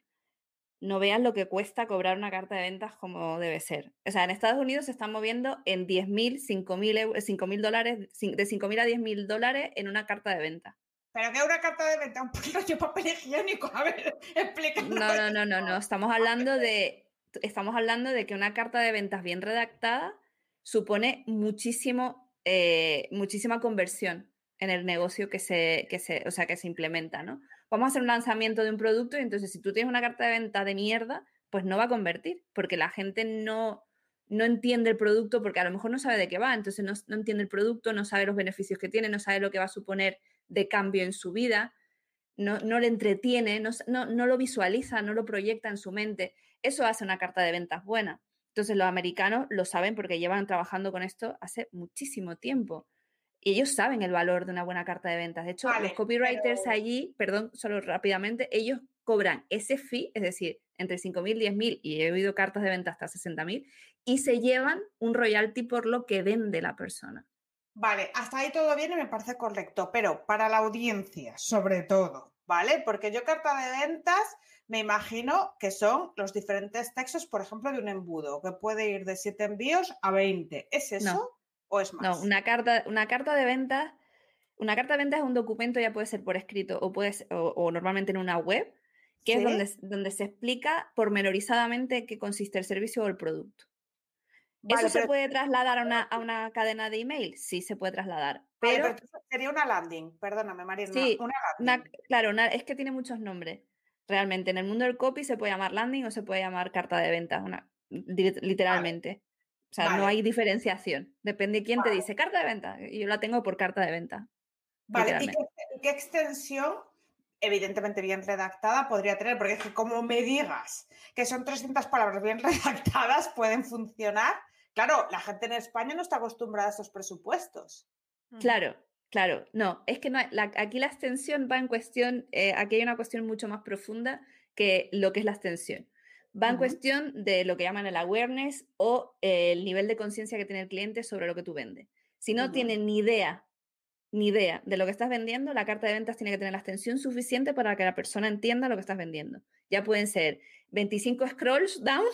no veas lo que cuesta cobrar una carta de ventas como debe ser. O sea, en Estados Unidos se están moviendo en diez mil, cinco mil dólares, de cinco mil a diez mil dólares en una carta de venta. Pero que una carta de venta, un rollo de papel higiénico. A ver, explícame. No, no, no, no, no. Estamos hablando de, estamos hablando de que una carta de ventas bien redactada supone muchísimo, eh, muchísima conversión en el negocio que se, que se, o sea, que se implementa, ¿no? Vamos a hacer un lanzamiento de un producto y entonces si tú tienes una carta de venta de mierda, pues no va a convertir, porque la gente no, no entiende el producto, porque a lo mejor no sabe de qué va, entonces no, no entiende el producto, no sabe los beneficios que tiene, no sabe lo que va a suponer de cambio en su vida. No, no le entretiene, no, no, no lo visualiza, no lo proyecta en su mente. Eso hace una carta de ventas buena. Entonces los americanos lo saben porque llevan trabajando con esto hace muchísimo tiempo. Y ellos saben el valor de una buena carta de ventas. De hecho, Vale, los copywriters pero- allí, perdón, solo rápidamente, ellos cobran ese fee, es decir, entre cinco mil, diez mil, y he oído cartas de venta hasta sesenta mil, y se llevan un royalty por lo que vende la persona. Vale, hasta ahí todo bien y me parece correcto, pero para la audiencia, sobre todo, ¿vale? Porque yo carta de ventas me imagino que son los diferentes textos, por ejemplo, de un embudo, que puede ir de siete envíos a veinte. ¿Es eso No. o es más? No, una carta, una carta de ventas, una carta de ventas es un documento, ya puede ser por escrito o, puede ser- o, o normalmente en una web, que ¿Sí? es donde, donde se explica pormenorizadamente qué consiste el servicio o el producto. Vale, ¿Eso se pero- puede trasladar a una, a una cadena de email? Sí, se puede trasladar. Vale, Pero, pero entonces sería una landing, perdóname, Marina, sí, una una- landing. claro, una- es que tiene muchos nombres. Realmente, en el mundo del copy se puede llamar landing o se puede llamar carta de ventas, una, li- literalmente. O sea, no Vale. hay diferenciación. Depende de quién te Vale. dice carta de venta. Y yo la tengo por carta de venta. Vale, ¿y qué, literalmente. y qué extensión, evidentemente bien redactada, podría tener? Porque es que como me digas que son trescientas palabras bien redactadas, pueden funcionar. Claro, la gente en España no está acostumbrada a estos presupuestos. Claro, claro. No, es que no hay- la- aquí la extensión va en cuestión, eh, aquí hay una cuestión mucho más profunda que lo que es la extensión. Va en Ujú. cuestión de lo que llaman el awareness o eh, el nivel de conciencia que tiene el cliente sobre lo que tú vendes. Si no Ujú. tiene ni idea, ni idea de lo que estás vendiendo, la carta de ventas tiene que tener la extensión suficiente para que la persona entienda lo que estás vendiendo. Ya pueden ser veinticinco scrolls down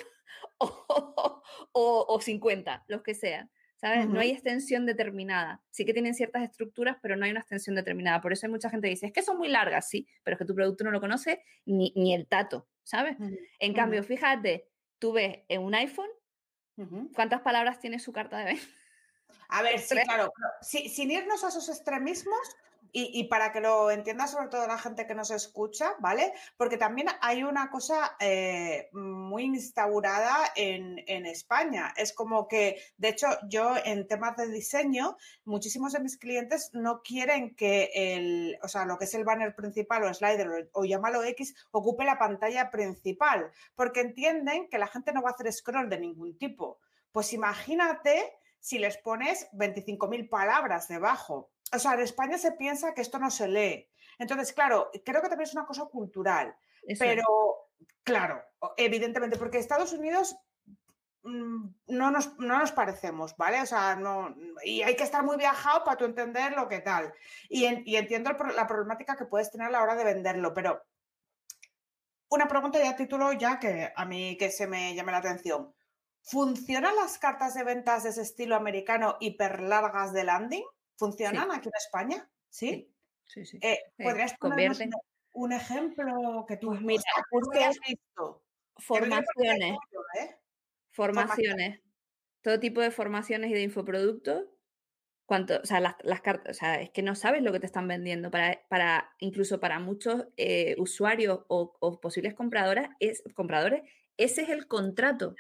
o, o, o cincuenta, los que sean. ¿Sabes? Ujú. No hay extensión determinada. Sí que tienen ciertas estructuras, pero no hay una extensión determinada. Por eso hay mucha gente que dice, es que son muy largas, sí, pero es que tu producto no lo conoce ni, ni el tato, ¿sabes? Ujú. En Ujú. cambio, fíjate, tú ves en un iPhone, Ujú. ¿cuántas palabras tiene su carta de venta? A ver, sí, Tres. claro, pero si- sin irnos a esos extremismos y, y para que lo entienda sobre todo la gente que nos escucha, ¿vale? Porque también hay una cosa eh, muy instaurada en, en España. Es como que, de hecho, yo en temas de diseño, muchísimos de mis clientes no quieren que el, o sea, lo que es el banner principal o slider o, o llámalo X, ocupe la pantalla principal, porque entienden que la gente no va a hacer scroll de ningún tipo. Pues imagínate si les pones veinticinco mil palabras debajo. O sea, en España se piensa que esto no se lee. Entonces, claro, creo que también es una cosa cultural. Eso Pero, es. claro, evidentemente, porque Estados Unidos no nos, no nos parecemos, ¿vale? O sea, no, y hay que estar muy viajado para tú entender lo que tal. Y, en, y entiendo el, la problemática que puedes tener a la hora de venderlo, pero una pregunta ya a título ya que a mí que se me llame la atención. ¿Funcionan las cartas de ventas de ese estilo americano hiper largas de landing? ¿Funcionan Sí. aquí en España? ¿Sí? Sí, sí. Eh, sí. ¿Podrías ponernos Convierten. un, un ejemplo que tú, Pues mira, o sea, que tú cursos, hayas visto? Que no tiene por qué ser formaciones, tuyo, ¿eh? formaciones, todo tipo de formaciones y de infoproductos. Cuánto, o sea, las, las cartas, o sea, es que no sabes lo que te están vendiendo. Para, para incluso para muchos eh, usuarios o, o posibles compradoras, es, compradores, ese es el contrato.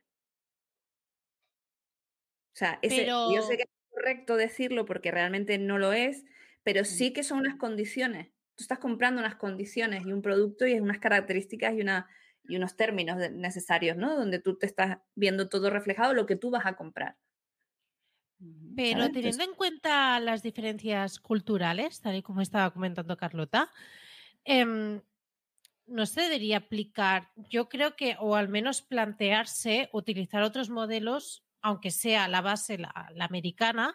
O sea, ese, yo sé Pero, que es correcto decirlo porque realmente no lo es, pero sí que son unas condiciones. Tú estás comprando unas condiciones y un producto y es unas características y, una, y unos términos de- necesarios, ¿no? Donde tú te estás viendo todo reflejado, lo que tú vas a comprar. pero ¿Sabes? teniendo Entonces, en cuenta las diferencias culturales, tal y como estaba comentando Carlota, em, no se debería aplicar, yo creo que, o al menos plantearse utilizar otros modelos, aunque sea la base la, la americana.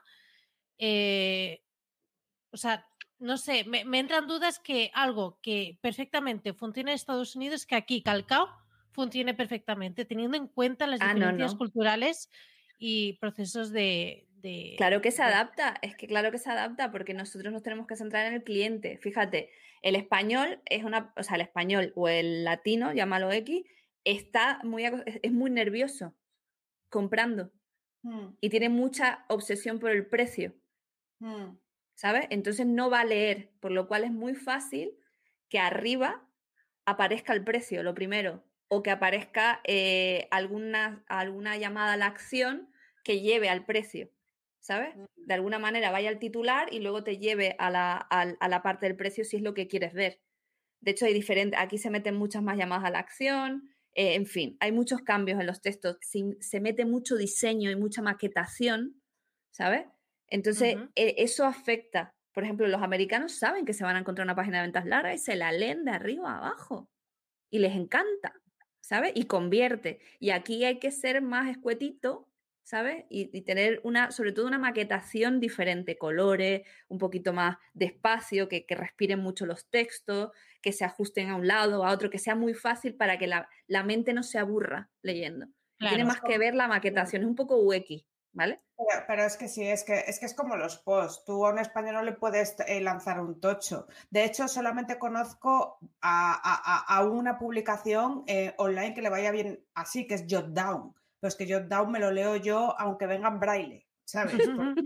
eh, o sea, no sé, me, me entran dudas que algo que perfectamente funcione en Estados Unidos, que aquí calcao funcione perfectamente, teniendo en cuenta las ah, no, diferencias no. culturales y procesos de... de- Claro que se de- adapta, es que claro que se adapta porque nosotros nos tenemos que centrar en el cliente. Fíjate, el español es una, o sea, el español o el latino, llámalo X, está muy, aco- es es muy nervioso comprando Mm, y tiene mucha obsesión por el precio, mm, ¿sabes? Entonces no va a leer, por lo cual es muy fácil que arriba aparezca el precio, lo primero, o que aparezca eh, alguna, alguna llamada a la acción que lleve al precio, ¿sabes? mm. De alguna manera vaya al titular y luego te lleve a la, al- a la parte del precio si es lo que quieres ver. De hecho, hay diferentes, aquí se meten muchas más llamadas a la acción, eh, en fin, hay muchos cambios en los textos, se, se mete mucho diseño y mucha maquetación, ¿sabes? Entonces, Ujú. eh, eso afecta. Por ejemplo, los americanos saben que se van a encontrar una página de ventas larga y se la leen de arriba a abajo y les encanta, ¿sabes? Y convierte. Y aquí hay que ser más escuetito, ¿sabes? Y, y tener una, sobre todo una maquetación diferente, colores, un poquito más despacio, que, que respiren mucho los textos, que se ajusten a un lado o a otro, que sea muy fácil para que la, la mente no se aburra leyendo. Y tiene Claro. más que ver la maquetación, es un poco wiki, ¿vale? Pero, pero es que sí, es que, es que es como los posts. Tú a un español no le puedes eh, lanzar un tocho. De hecho, solamente conozco a, a- a- a una publicación eh, online que le vaya bien así, que es Jotdown. Pero es que Jotdown me lo leo yo aunque venga en braille, ¿sabes? Porque,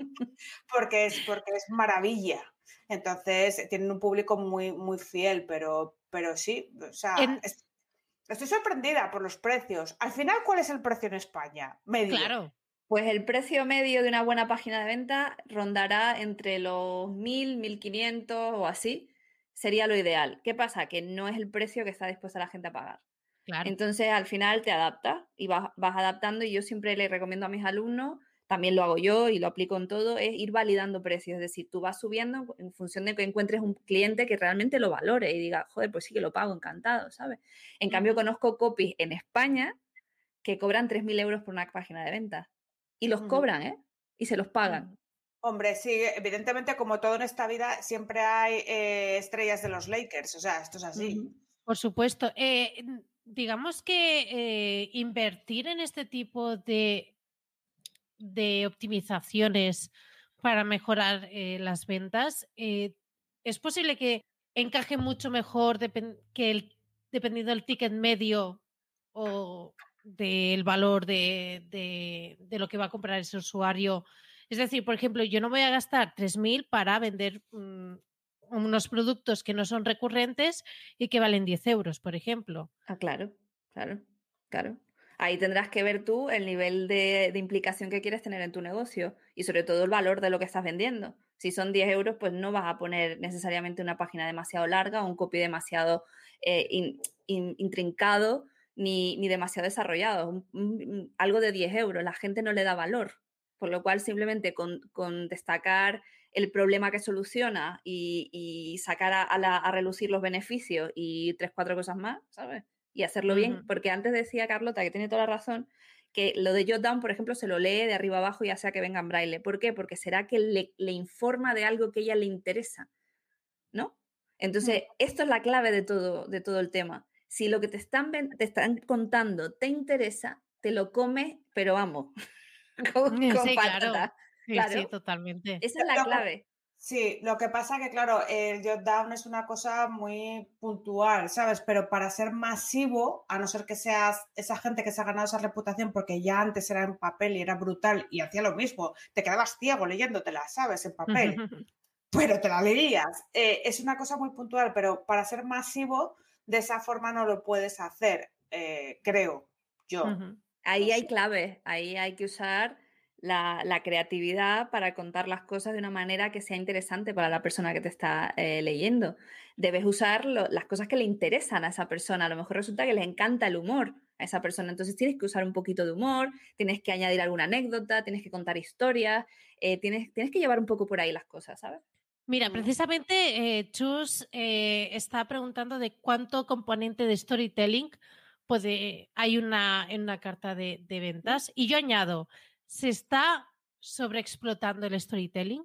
porque es, porque es maravilla. Entonces, tienen un público muy, muy fiel, pero, pero sí, o sea, En- es- estoy sorprendida por los precios. Al final, ¿cuál es el precio en España? Medio. claro. Pues el precio medio de una buena página de venta rondará entre los mil, mil quinientos o así. Sería lo ideal. ¿Qué pasa? Que no es el precio que está dispuesta la gente a pagar. Claro. Entonces, al final te adaptas y vas, vas adaptando y yo siempre le recomiendo a mis alumnos, también lo hago yo y lo aplico en todo, es ir validando precios. Es decir, tú vas subiendo en función de que encuentres un cliente que realmente lo valore y diga, joder, pues sí que lo pago, encantado, ¿sabes? En cambio, Ujú, conozco copies en España que cobran tres mil euros por una página de ventas. Y los ujú. cobran, ¿eh? Y se los pagan. Ujú. Hombre, sí, evidentemente, como todo en esta vida, siempre hay eh, estrellas de los Lakers. O sea, esto es así. Ujú. Por supuesto. Eh, n- digamos que eh, invertir en este tipo de, de optimizaciones para mejorar eh, las ventas, eh, es posible que encaje mucho mejor depen- que el, dependiendo del ticket medio o del valor de, de- de lo que va a comprar ese usuario. Es decir, por ejemplo, yo no voy a gastar tres mil para vender mm, unos productos que no son recurrentes y que valen diez euros, por ejemplo. Ah, claro, claro, claro. Ahí tendrás que ver tú el nivel de, de implicación que quieres tener en tu negocio y sobre todo el valor de lo que estás vendiendo. Si son diez euros, pues no vas a poner necesariamente una página demasiado larga o un copy demasiado eh, in- in- intrincado ni, ni demasiado desarrollado. Un- un- algo de diez euros, la gente no le da valor. Por lo cual, simplemente con, con destacar el problema que soluciona y, y sacar a, a la- a relucir los beneficios y tres, cuatro cosas más, ¿sabes? Y hacerlo bien, Ujú. porque antes decía Carlota, que tiene toda la razón, que lo de jot down, por ejemplo, se lo lee de arriba abajo, ya sea que venga en braille. ¿Por qué? Porque será que le, le informa de algo que a ella le interesa, ¿no? Entonces, mm. esto es la clave de todo, de todo el tema. Si lo que te están, te están contando te interesa, te lo comes, pero vamos, con, sí, con claro. patata. Sí, Claro. sí, totalmente. Esa es la clave. Sí, lo que pasa que, claro, el jot down es una cosa muy puntual, ¿sabes? Pero para ser masivo, a no ser que seas esa gente que se ha ganado esa reputación porque ya antes era en papel y era brutal y hacía lo mismo, te quedabas ciego leyéndotela, ¿sabes? En papel, pero te la leías. Eh, es una cosa muy puntual, pero para ser masivo, de esa forma no lo puedes hacer, eh, creo yo. Uh-huh. Ahí hay claves, ahí hay que usar... La, la creatividad para contar las cosas de una manera que sea interesante para la persona que te está eh, leyendo. Debes usar lo, las cosas que le interesan a esa persona. A lo mejor resulta que les encanta el humor a esa persona. Entonces tienes que usar un poquito de humor, tienes que añadir alguna anécdota, tienes que contar historias, eh, tienes, tienes que llevar un poco por ahí las cosas, ¿sabes? Mira, precisamente eh, Chus eh, está preguntando de cuánto componente de storytelling puede, hay una, en una carta de, de ventas. Y yo añado... ¿Se está sobreexplotando el storytelling?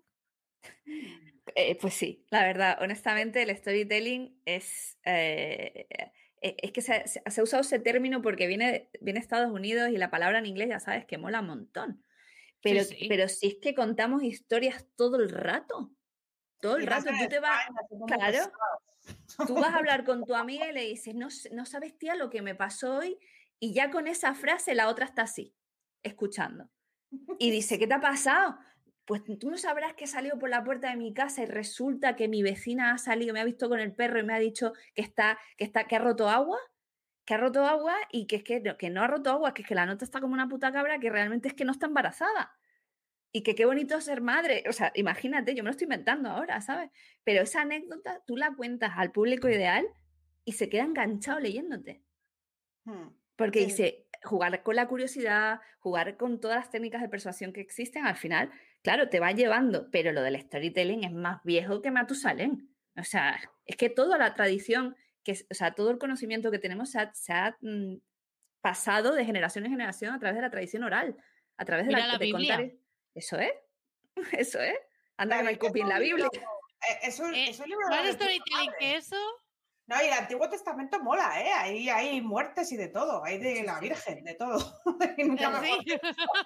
Eh, pues sí, la verdad, honestamente el storytelling es, eh, es que se, se ha usado ese término porque viene, viene de Estados Unidos y la palabra en inglés ya sabes que mola un montón. Pero, sí, sí. pero si es que contamos historias todo el rato, todo el y rato, tú te vas, claro, tú vas a hablar con tu amiga y le dices, no, no sabes tía lo que me pasó hoy, y ya con esa frase la otra está así, escuchando. Y dice, ¿qué te ha pasado? Pues tú no sabrás que he salido por la puerta de mi casa y resulta que mi vecina ha salido, me ha visto con el perro y me ha dicho que, está, que, está, que ha roto agua, que ha roto agua y que es que no, que no ha roto agua, que es que la nota está como una puta cabra, que realmente es que no está embarazada. Y que qué bonito ser madre. O sea, imagínate, yo me lo estoy inventando ahora, ¿sabes? Pero esa anécdota tú la cuentas al público ideal y se queda enganchado leyéndote. Hmm. Porque sí. dice, jugar con la curiosidad, jugar con todas las técnicas de persuasión que existen, al final, claro, te va llevando, pero lo del storytelling es más viejo que Matusalén. O sea, es que toda la tradición, que, o sea, todo el conocimiento que tenemos se ha, se ha mm, pasado de generación en generación a través de la tradición oral, a través de Mira la, la de Biblia. contar. Eso es, eso es. Anda que no hay copia en la Biblia. Es un, eh, es un libro ¿Más de storytelling que eso? No, y el Antiguo Testamento mola, ¿eh? Ahí hay muertes y de todo, hay de sí, la Virgen, sí. de todo. Nunca mejor ¿Sí?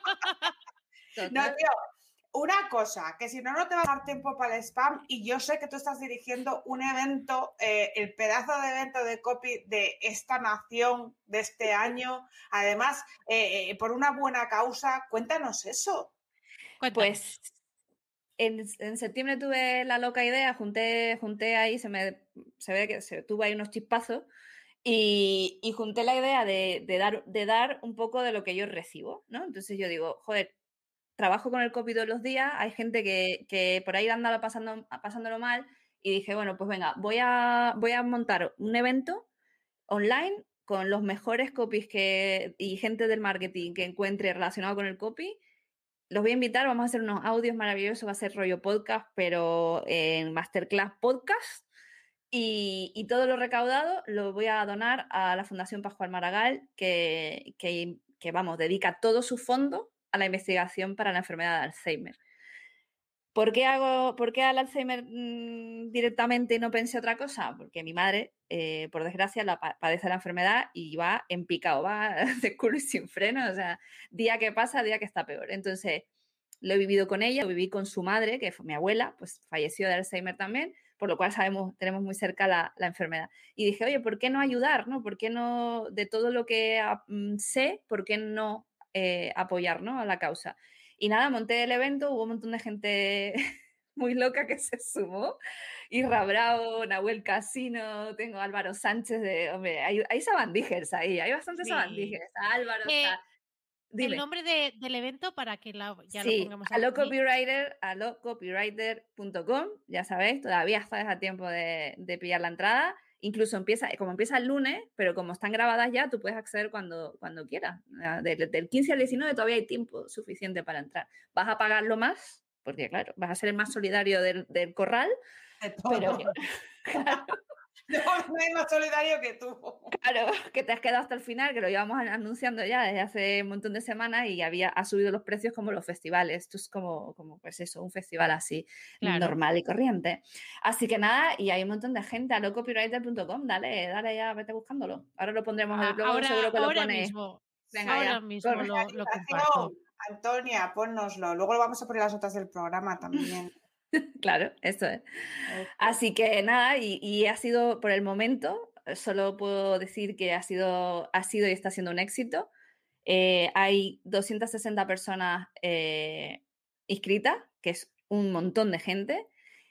No, tío, una cosa, que si no, no te va a dar tiempo para el spam, y yo sé que tú estás dirigiendo un evento, eh, el pedazo de evento de copy de esta nación, de este año, además, eh, eh, por una buena causa, cuéntanos eso. Cuéntanos. Pues... En, en septiembre tuve la loca idea, junté, junté ahí, se, me, se ve que se, tuve ahí unos chispazos y, y junté la idea de, de, dar, de dar un poco de lo que yo recibo, ¿no? Entonces yo digo, joder, trabajo con el copy todos los días, hay gente que, que por ahí anda pasando, pasándolo mal y dije, bueno, pues venga, voy a, voy a montar un evento online con los mejores copies que, y gente del marketing que encuentre relacionado con el copy. Los voy a invitar, vamos a hacer unos audios maravillosos, va a ser rollo podcast, pero en Masterclass Podcast. Y, y todo lo recaudado lo voy a donar a la Fundación Pascual Maragall, que, que, que vamos, dedica todo su fondo a la investigación para la enfermedad de Alzheimer. ¿Por qué, hago, por qué al Alzheimer mmm, directamente y no pensé otra cosa? Porque mi madre, eh, por desgracia, la padece la enfermedad y va en picado, va de culo y sin freno, o sea, día que pasa, día que está peor. Entonces, lo he vivido con ella, lo viví con su madre, que fue mi abuela, pues falleció de Alzheimer también, por lo cual sabemos, tenemos muy cerca la, la enfermedad. Y dije, oye, ¿por qué no ayudar? ¿No? ¿Por qué no, de todo lo que um, sé, por qué no eh, apoyar, ¿no? a la causa? Y nada, monté el evento, hubo un montón de gente muy loca que se sumó. Irra Bravo, Nahuel Casino, tengo Álvaro Sánchez, de, hombre, hay, hay sabandijers ahí, hay bastantes sí. sabandijers. Álvaro, eh, está, el nombre de, del evento para que la, ya sí, lo pongamos aquí. Allo Copywriter, allo copywriter punto com, ya sabéis, todavía estás a tiempo de, de pillar la entrada. Incluso empieza, como empieza el lunes, pero como están grabadas ya, tú puedes acceder cuando, cuando quieras. Del, del quince al diecinueve todavía hay tiempo suficiente para entrar. Vas a pagarlo más, porque claro, vas a ser el más solidario del, del corral. De todo. Pero, claro, No, no hay más solidario que tú. Claro, que te has quedado hasta el final, que lo íbamos anunciando ya desde hace un montón de semanas y había, ha subido los precios como los festivales. Esto es como, como pues eso, un festival así Claro. normal y corriente. Así que nada, y hay un montón de gente, a locopywriter punto com, dale, dale ya, vete buscándolo. Ahora lo pondremos, A- luego ahora seguro que lo ahora pone. mismo, Venga, ahora ya, mismo corre. lo, lo comparto. Antonia, ponnoslo. Luego lo vamos a poner en las notas del programa también. Claro, eso es. Eso. Así que nada, y, y ha sido por el momento, solo puedo decir que ha sido, ha sido y está siendo un éxito. Eh, hay doscientas sesenta personas eh, inscritas, que es un montón de gente,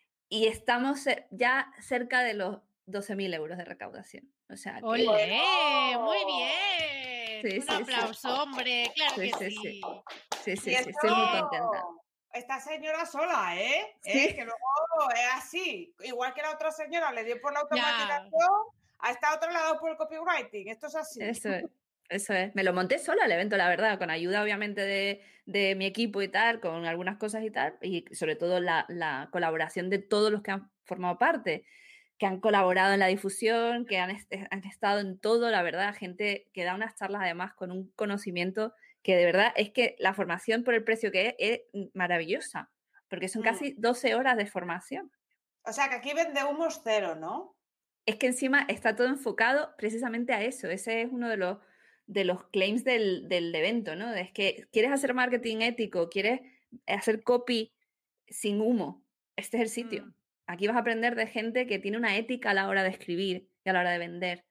y estamos ce- ya cerca de los doce mil euros de recaudación. O sea que... ¡Olé! Bueno. ¡Muy bien! Sí, Un sí, sí. aplauso, hombre. Claro Sí, que sí, sí. sí. Sí, sí, Y sí, estoy muy contenta. esto, esta señora sola, ¿eh? Sí. ¿Eh? Que luego es así. Igual que la otra señora le dio por la Ya. automatización, a esta otra le ha dado por el copywriting. Esto es así. Eso es, eso es. Me lo monté sola el evento, la verdad, con ayuda obviamente de, de mi equipo y tal, con algunas cosas y tal, y sobre todo la, la colaboración de todos los que han formado parte, que han colaborado en la difusión, que han, est han estado en todo, la verdad, gente que da unas charlas además con un conocimiento que de verdad es que la formación por el precio que es es maravillosa, porque son Mm. casi doce horas de formación. O sea que aquí vende humos cero, ¿no? Es que encima está todo enfocado precisamente a eso. Ese es uno de los, de los claims del, del evento, ¿no? Es que quieres hacer marketing ético, quieres hacer copy sin humo. Este es el sitio. Mm. Aquí vas a aprender de gente que tiene una ética a la hora de escribir y a la hora de vender.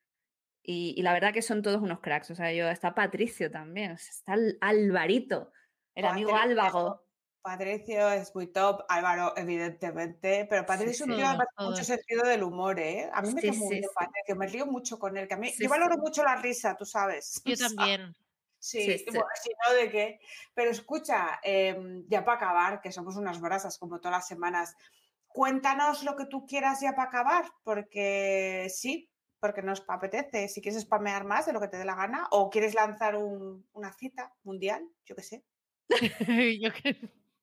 Y, y la verdad que son todos unos cracks. O sea, yo, está Patricio también, o sea, está Al- Alvarito, el amigo Patricio. Álvago. Patricio es muy top, Álvaro, evidentemente, pero Patricio Sí, es un sí. tío además con Todos, mucho todos. sentido del humor, ¿eh? A mí me Sí, cae muy sí, bien, sí. Patricio, me río mucho con él, que a mí, Sí, yo valoro sí. mucho la risa, tú sabes. Yo también. Sí, Sí, sí. bueno, si no, ¿de qué? Pero escucha, eh, ya para acabar, que somos unas brasas como todas las semanas, cuéntanos lo que tú quieras ya para acabar, porque sí, porque nos apetece. Si quieres spamear más de lo que te dé la gana, o quieres lanzar un- una cita mundial, yo qué sé. Yo creo.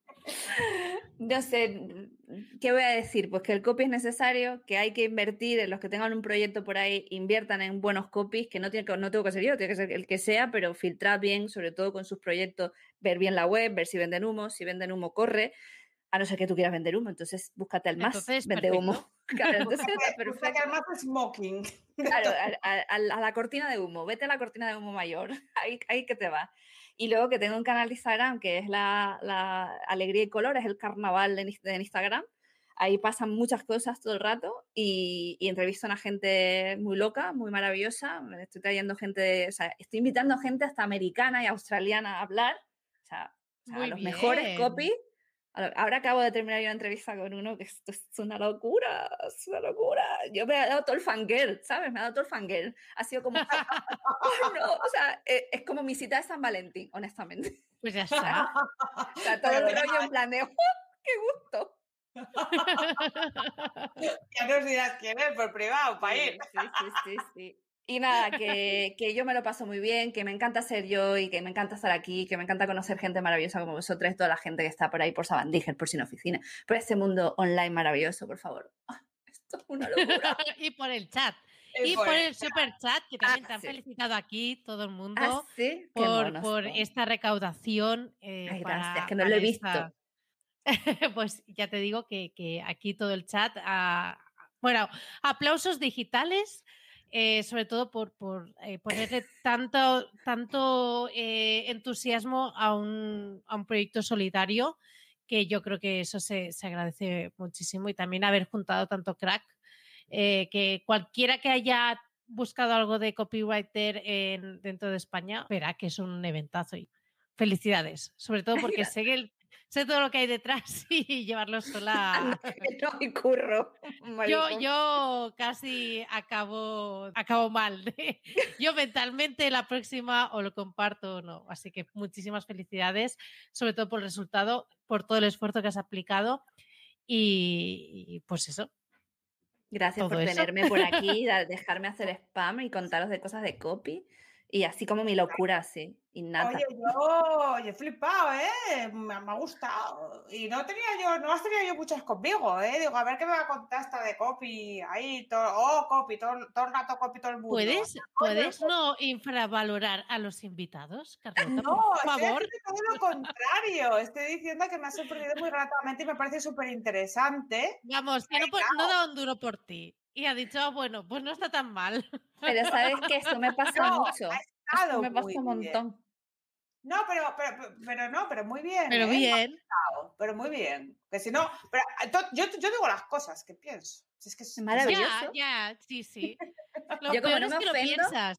No sé, ¿qué voy a decir? Pues que el copy es necesario, que hay que invertir en los que tengan un proyecto por ahí, inviertan en buenos copies, que no, tiene que, no tengo que ser yo, tiene que ser el que sea, pero filtrar bien, sobre todo con sus proyectos, ver bien la web, ver si venden humo, si venden humo, corre, a no ser que tú quieras vender humo, entonces búscate al más, Entonces, vende humo. perfecto. Claro, entonces está Busca que perfecto. además es smoking. Claro, a, a- a la- a la cortina de humo, vete a la cortina de humo mayor, ahí, ahí que te va. Y luego que tengo un canal de Instagram que es la, la Alegría y Color, es el carnaval de, de Instagram. Ahí pasan muchas cosas todo el rato y, y entrevisto a una gente muy loca, muy maravillosa. Me estoy trayendo gente, de- o sea, estoy invitando gente hasta americana y australiana a hablar. O sea, o sea, a Muy los mejores bien. copy. Ahora acabo de terminar yo una entrevista con uno que esto es una locura, es una locura. Yo me he dado todo el fangirl, ¿sabes? Me ha dado todo el fangirl. Ha sido como, ¡oh, no! O sea, eh, es como mi cita de San Valentín, honestamente. Pues ya está. O sea, todo el rollo en plan de, ¡oh, qué gusto! Ya nos dirás quién es por privado, para Sí, ir. sí, sí, sí, sí. Y nada, que, que yo me lo paso muy bien, que me encanta ser yo y que me encanta estar aquí, que me encanta conocer gente maravillosa como vosotros, toda la gente que está por ahí por Sabandíger, por Sin Oficina, por este mundo online maravilloso, por favor. Ah, esto es una locura. Y por el chat. Y Y por por el el super chat, que también te han sí. felicitado aquí todo el Ah, mundo sí, qué por, monos por son. esta recaudación. eh, Ay, para, gracias, que no lo para he visto. esta- Pues ya te digo que, que aquí todo el chat, ah, bueno, aplausos digitales, eh, sobre todo por, por eh, ponerle tanto, tanto eh, entusiasmo a un, a un proyecto solidario, que yo creo que eso se, se agradece muchísimo, y también haber juntado tanto crack, eh, que cualquiera que haya buscado algo de copywriter en, dentro de España verá que es un eventazo. Y felicidades, sobre todo porque sé que el, sé todo lo que hay detrás y llevarlo sola. Anda, que no hay curro. Yo, maricón. yo casi acabo, acabo mal. ¿eh? Yo mentalmente la próxima o lo comparto o no. Así que muchísimas felicidades, sobre todo por el resultado, por todo el esfuerzo que has aplicado y, y pues eso. Gracias todo por eso. tenerme por aquí, da- dejarme hacer spam y contaros de cosas de copy. Y así como mi locura, así, innata. Oye, yo, yo he flipado, ¿eh? Me, me ha gustado. Y no tenía yo, no has tenido yo muchas conmigo, ¿eh? Digo, a ver qué me va a contar esta de copy. Ahí, todo, oh, copy, todo, todo el rato copy todo el mundo. ¿Puedes, ¿puedes no infravalorar a los invitados, Carlota? No, por estoy favor. haciendo todo lo contrario. Estoy diciendo que me ha sorprendido muy gratamente y me parece súper interesante. Vamos, que no, po- no da un duro por ti. Y ha dicho, ah, bueno, pues no está tan mal. Pero sabes que eso me pasa No, mucho. ha Eso estado me pasa muy un bien. montón. No, pero, pero, pero, pero no, pero muy bien. Pero ¿eh? bien. Claro, pero muy bien. Que si no, pero, to- yo, yo digo las cosas que pienso. Si es que es Maravilloso. Ya, ya, sí, sí. Lo Yo como peor no es me que lo ofendo. piensas.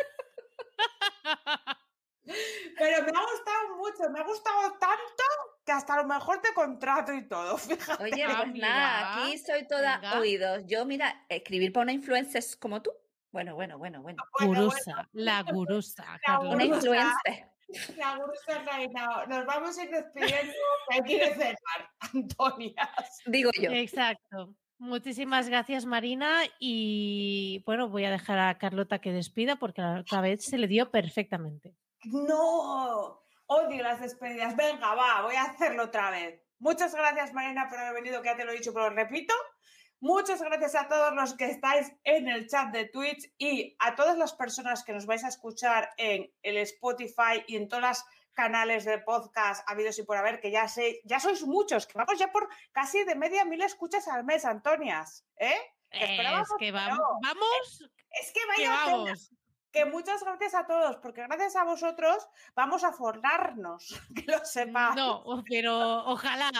Pero me ha gustado mucho, me ha gustado tanto que hasta a lo mejor te contrato y todo, fíjate. Oye, Ah, pues nada, mira, aquí soy toda venga. oídos. Yo, mira, escribir para una influencer es como tú. Bueno, bueno, bueno, bueno. Bueno, Gurusa, la gurusa, La Carlota. Una gurusa. influencer. La gurusa reina. Nos vamos a ir despidiendo, que hay que ir a cenar, Antonia. Digo yo. Exacto. Muchísimas gracias, Marina. Y bueno, voy a dejar a Carlota que despida porque la otra vez se le dio perfectamente. No, odio las despedidas. Venga, va, voy a hacerlo otra vez. Muchas gracias, Marina, por haber venido, que ya te lo he dicho, pero lo repito. Muchas gracias a todos los que estáis en el chat de Twitch y a todas las personas que nos vais a escuchar en el Spotify y en todos los canales de podcast habidos y por haber, que ya sé, ya sois muchos, que vamos ya por casi de media mil escuchas al mes, Antonias, ¿eh? Que esperábamos Es que que vamos, no. vamos, Es que que vaya tela. vamos. Que muchas gracias a todos, porque gracias a vosotros vamos a forrarnos, que lo sepáis. No, pero ojalá.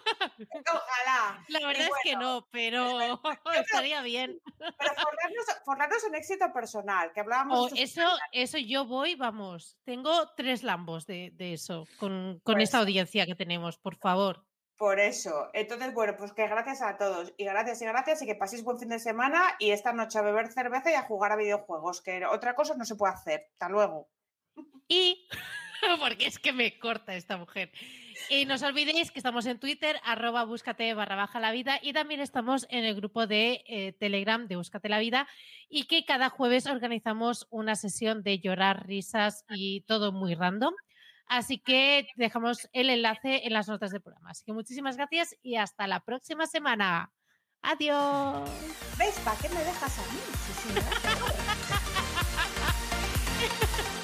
Ojalá. La Y verdad es que bueno, no, pero estaría bien. Pero forrarnos, forrarnos en éxito personal, que hablábamos. O estos eso, días. eso yo voy, vamos. Tengo tres lambos de, de eso, con, con Pues- esta audiencia que tenemos, por favor. Por eso. Entonces, bueno, pues que gracias a todos. Y gracias y gracias y que paséis buen fin de semana y esta noche a beber cerveza y a jugar a videojuegos, que otra cosa no se puede hacer. Hasta luego. Y, porque es que me corta esta mujer. Y no os olvidéis que estamos en Twitter, arroba búscate barra baja la vida, y también estamos en el grupo de eh, Telegram de Búscate la Vida, y que cada jueves organizamos una sesión de llorar, risas y todo muy random. Así que dejamos el enlace en las notas del programa. Así que muchísimas gracias y hasta la próxima semana. Adiós. ¿Ves? ¿Para qué me dejas a mí? Sí, sí, gracias.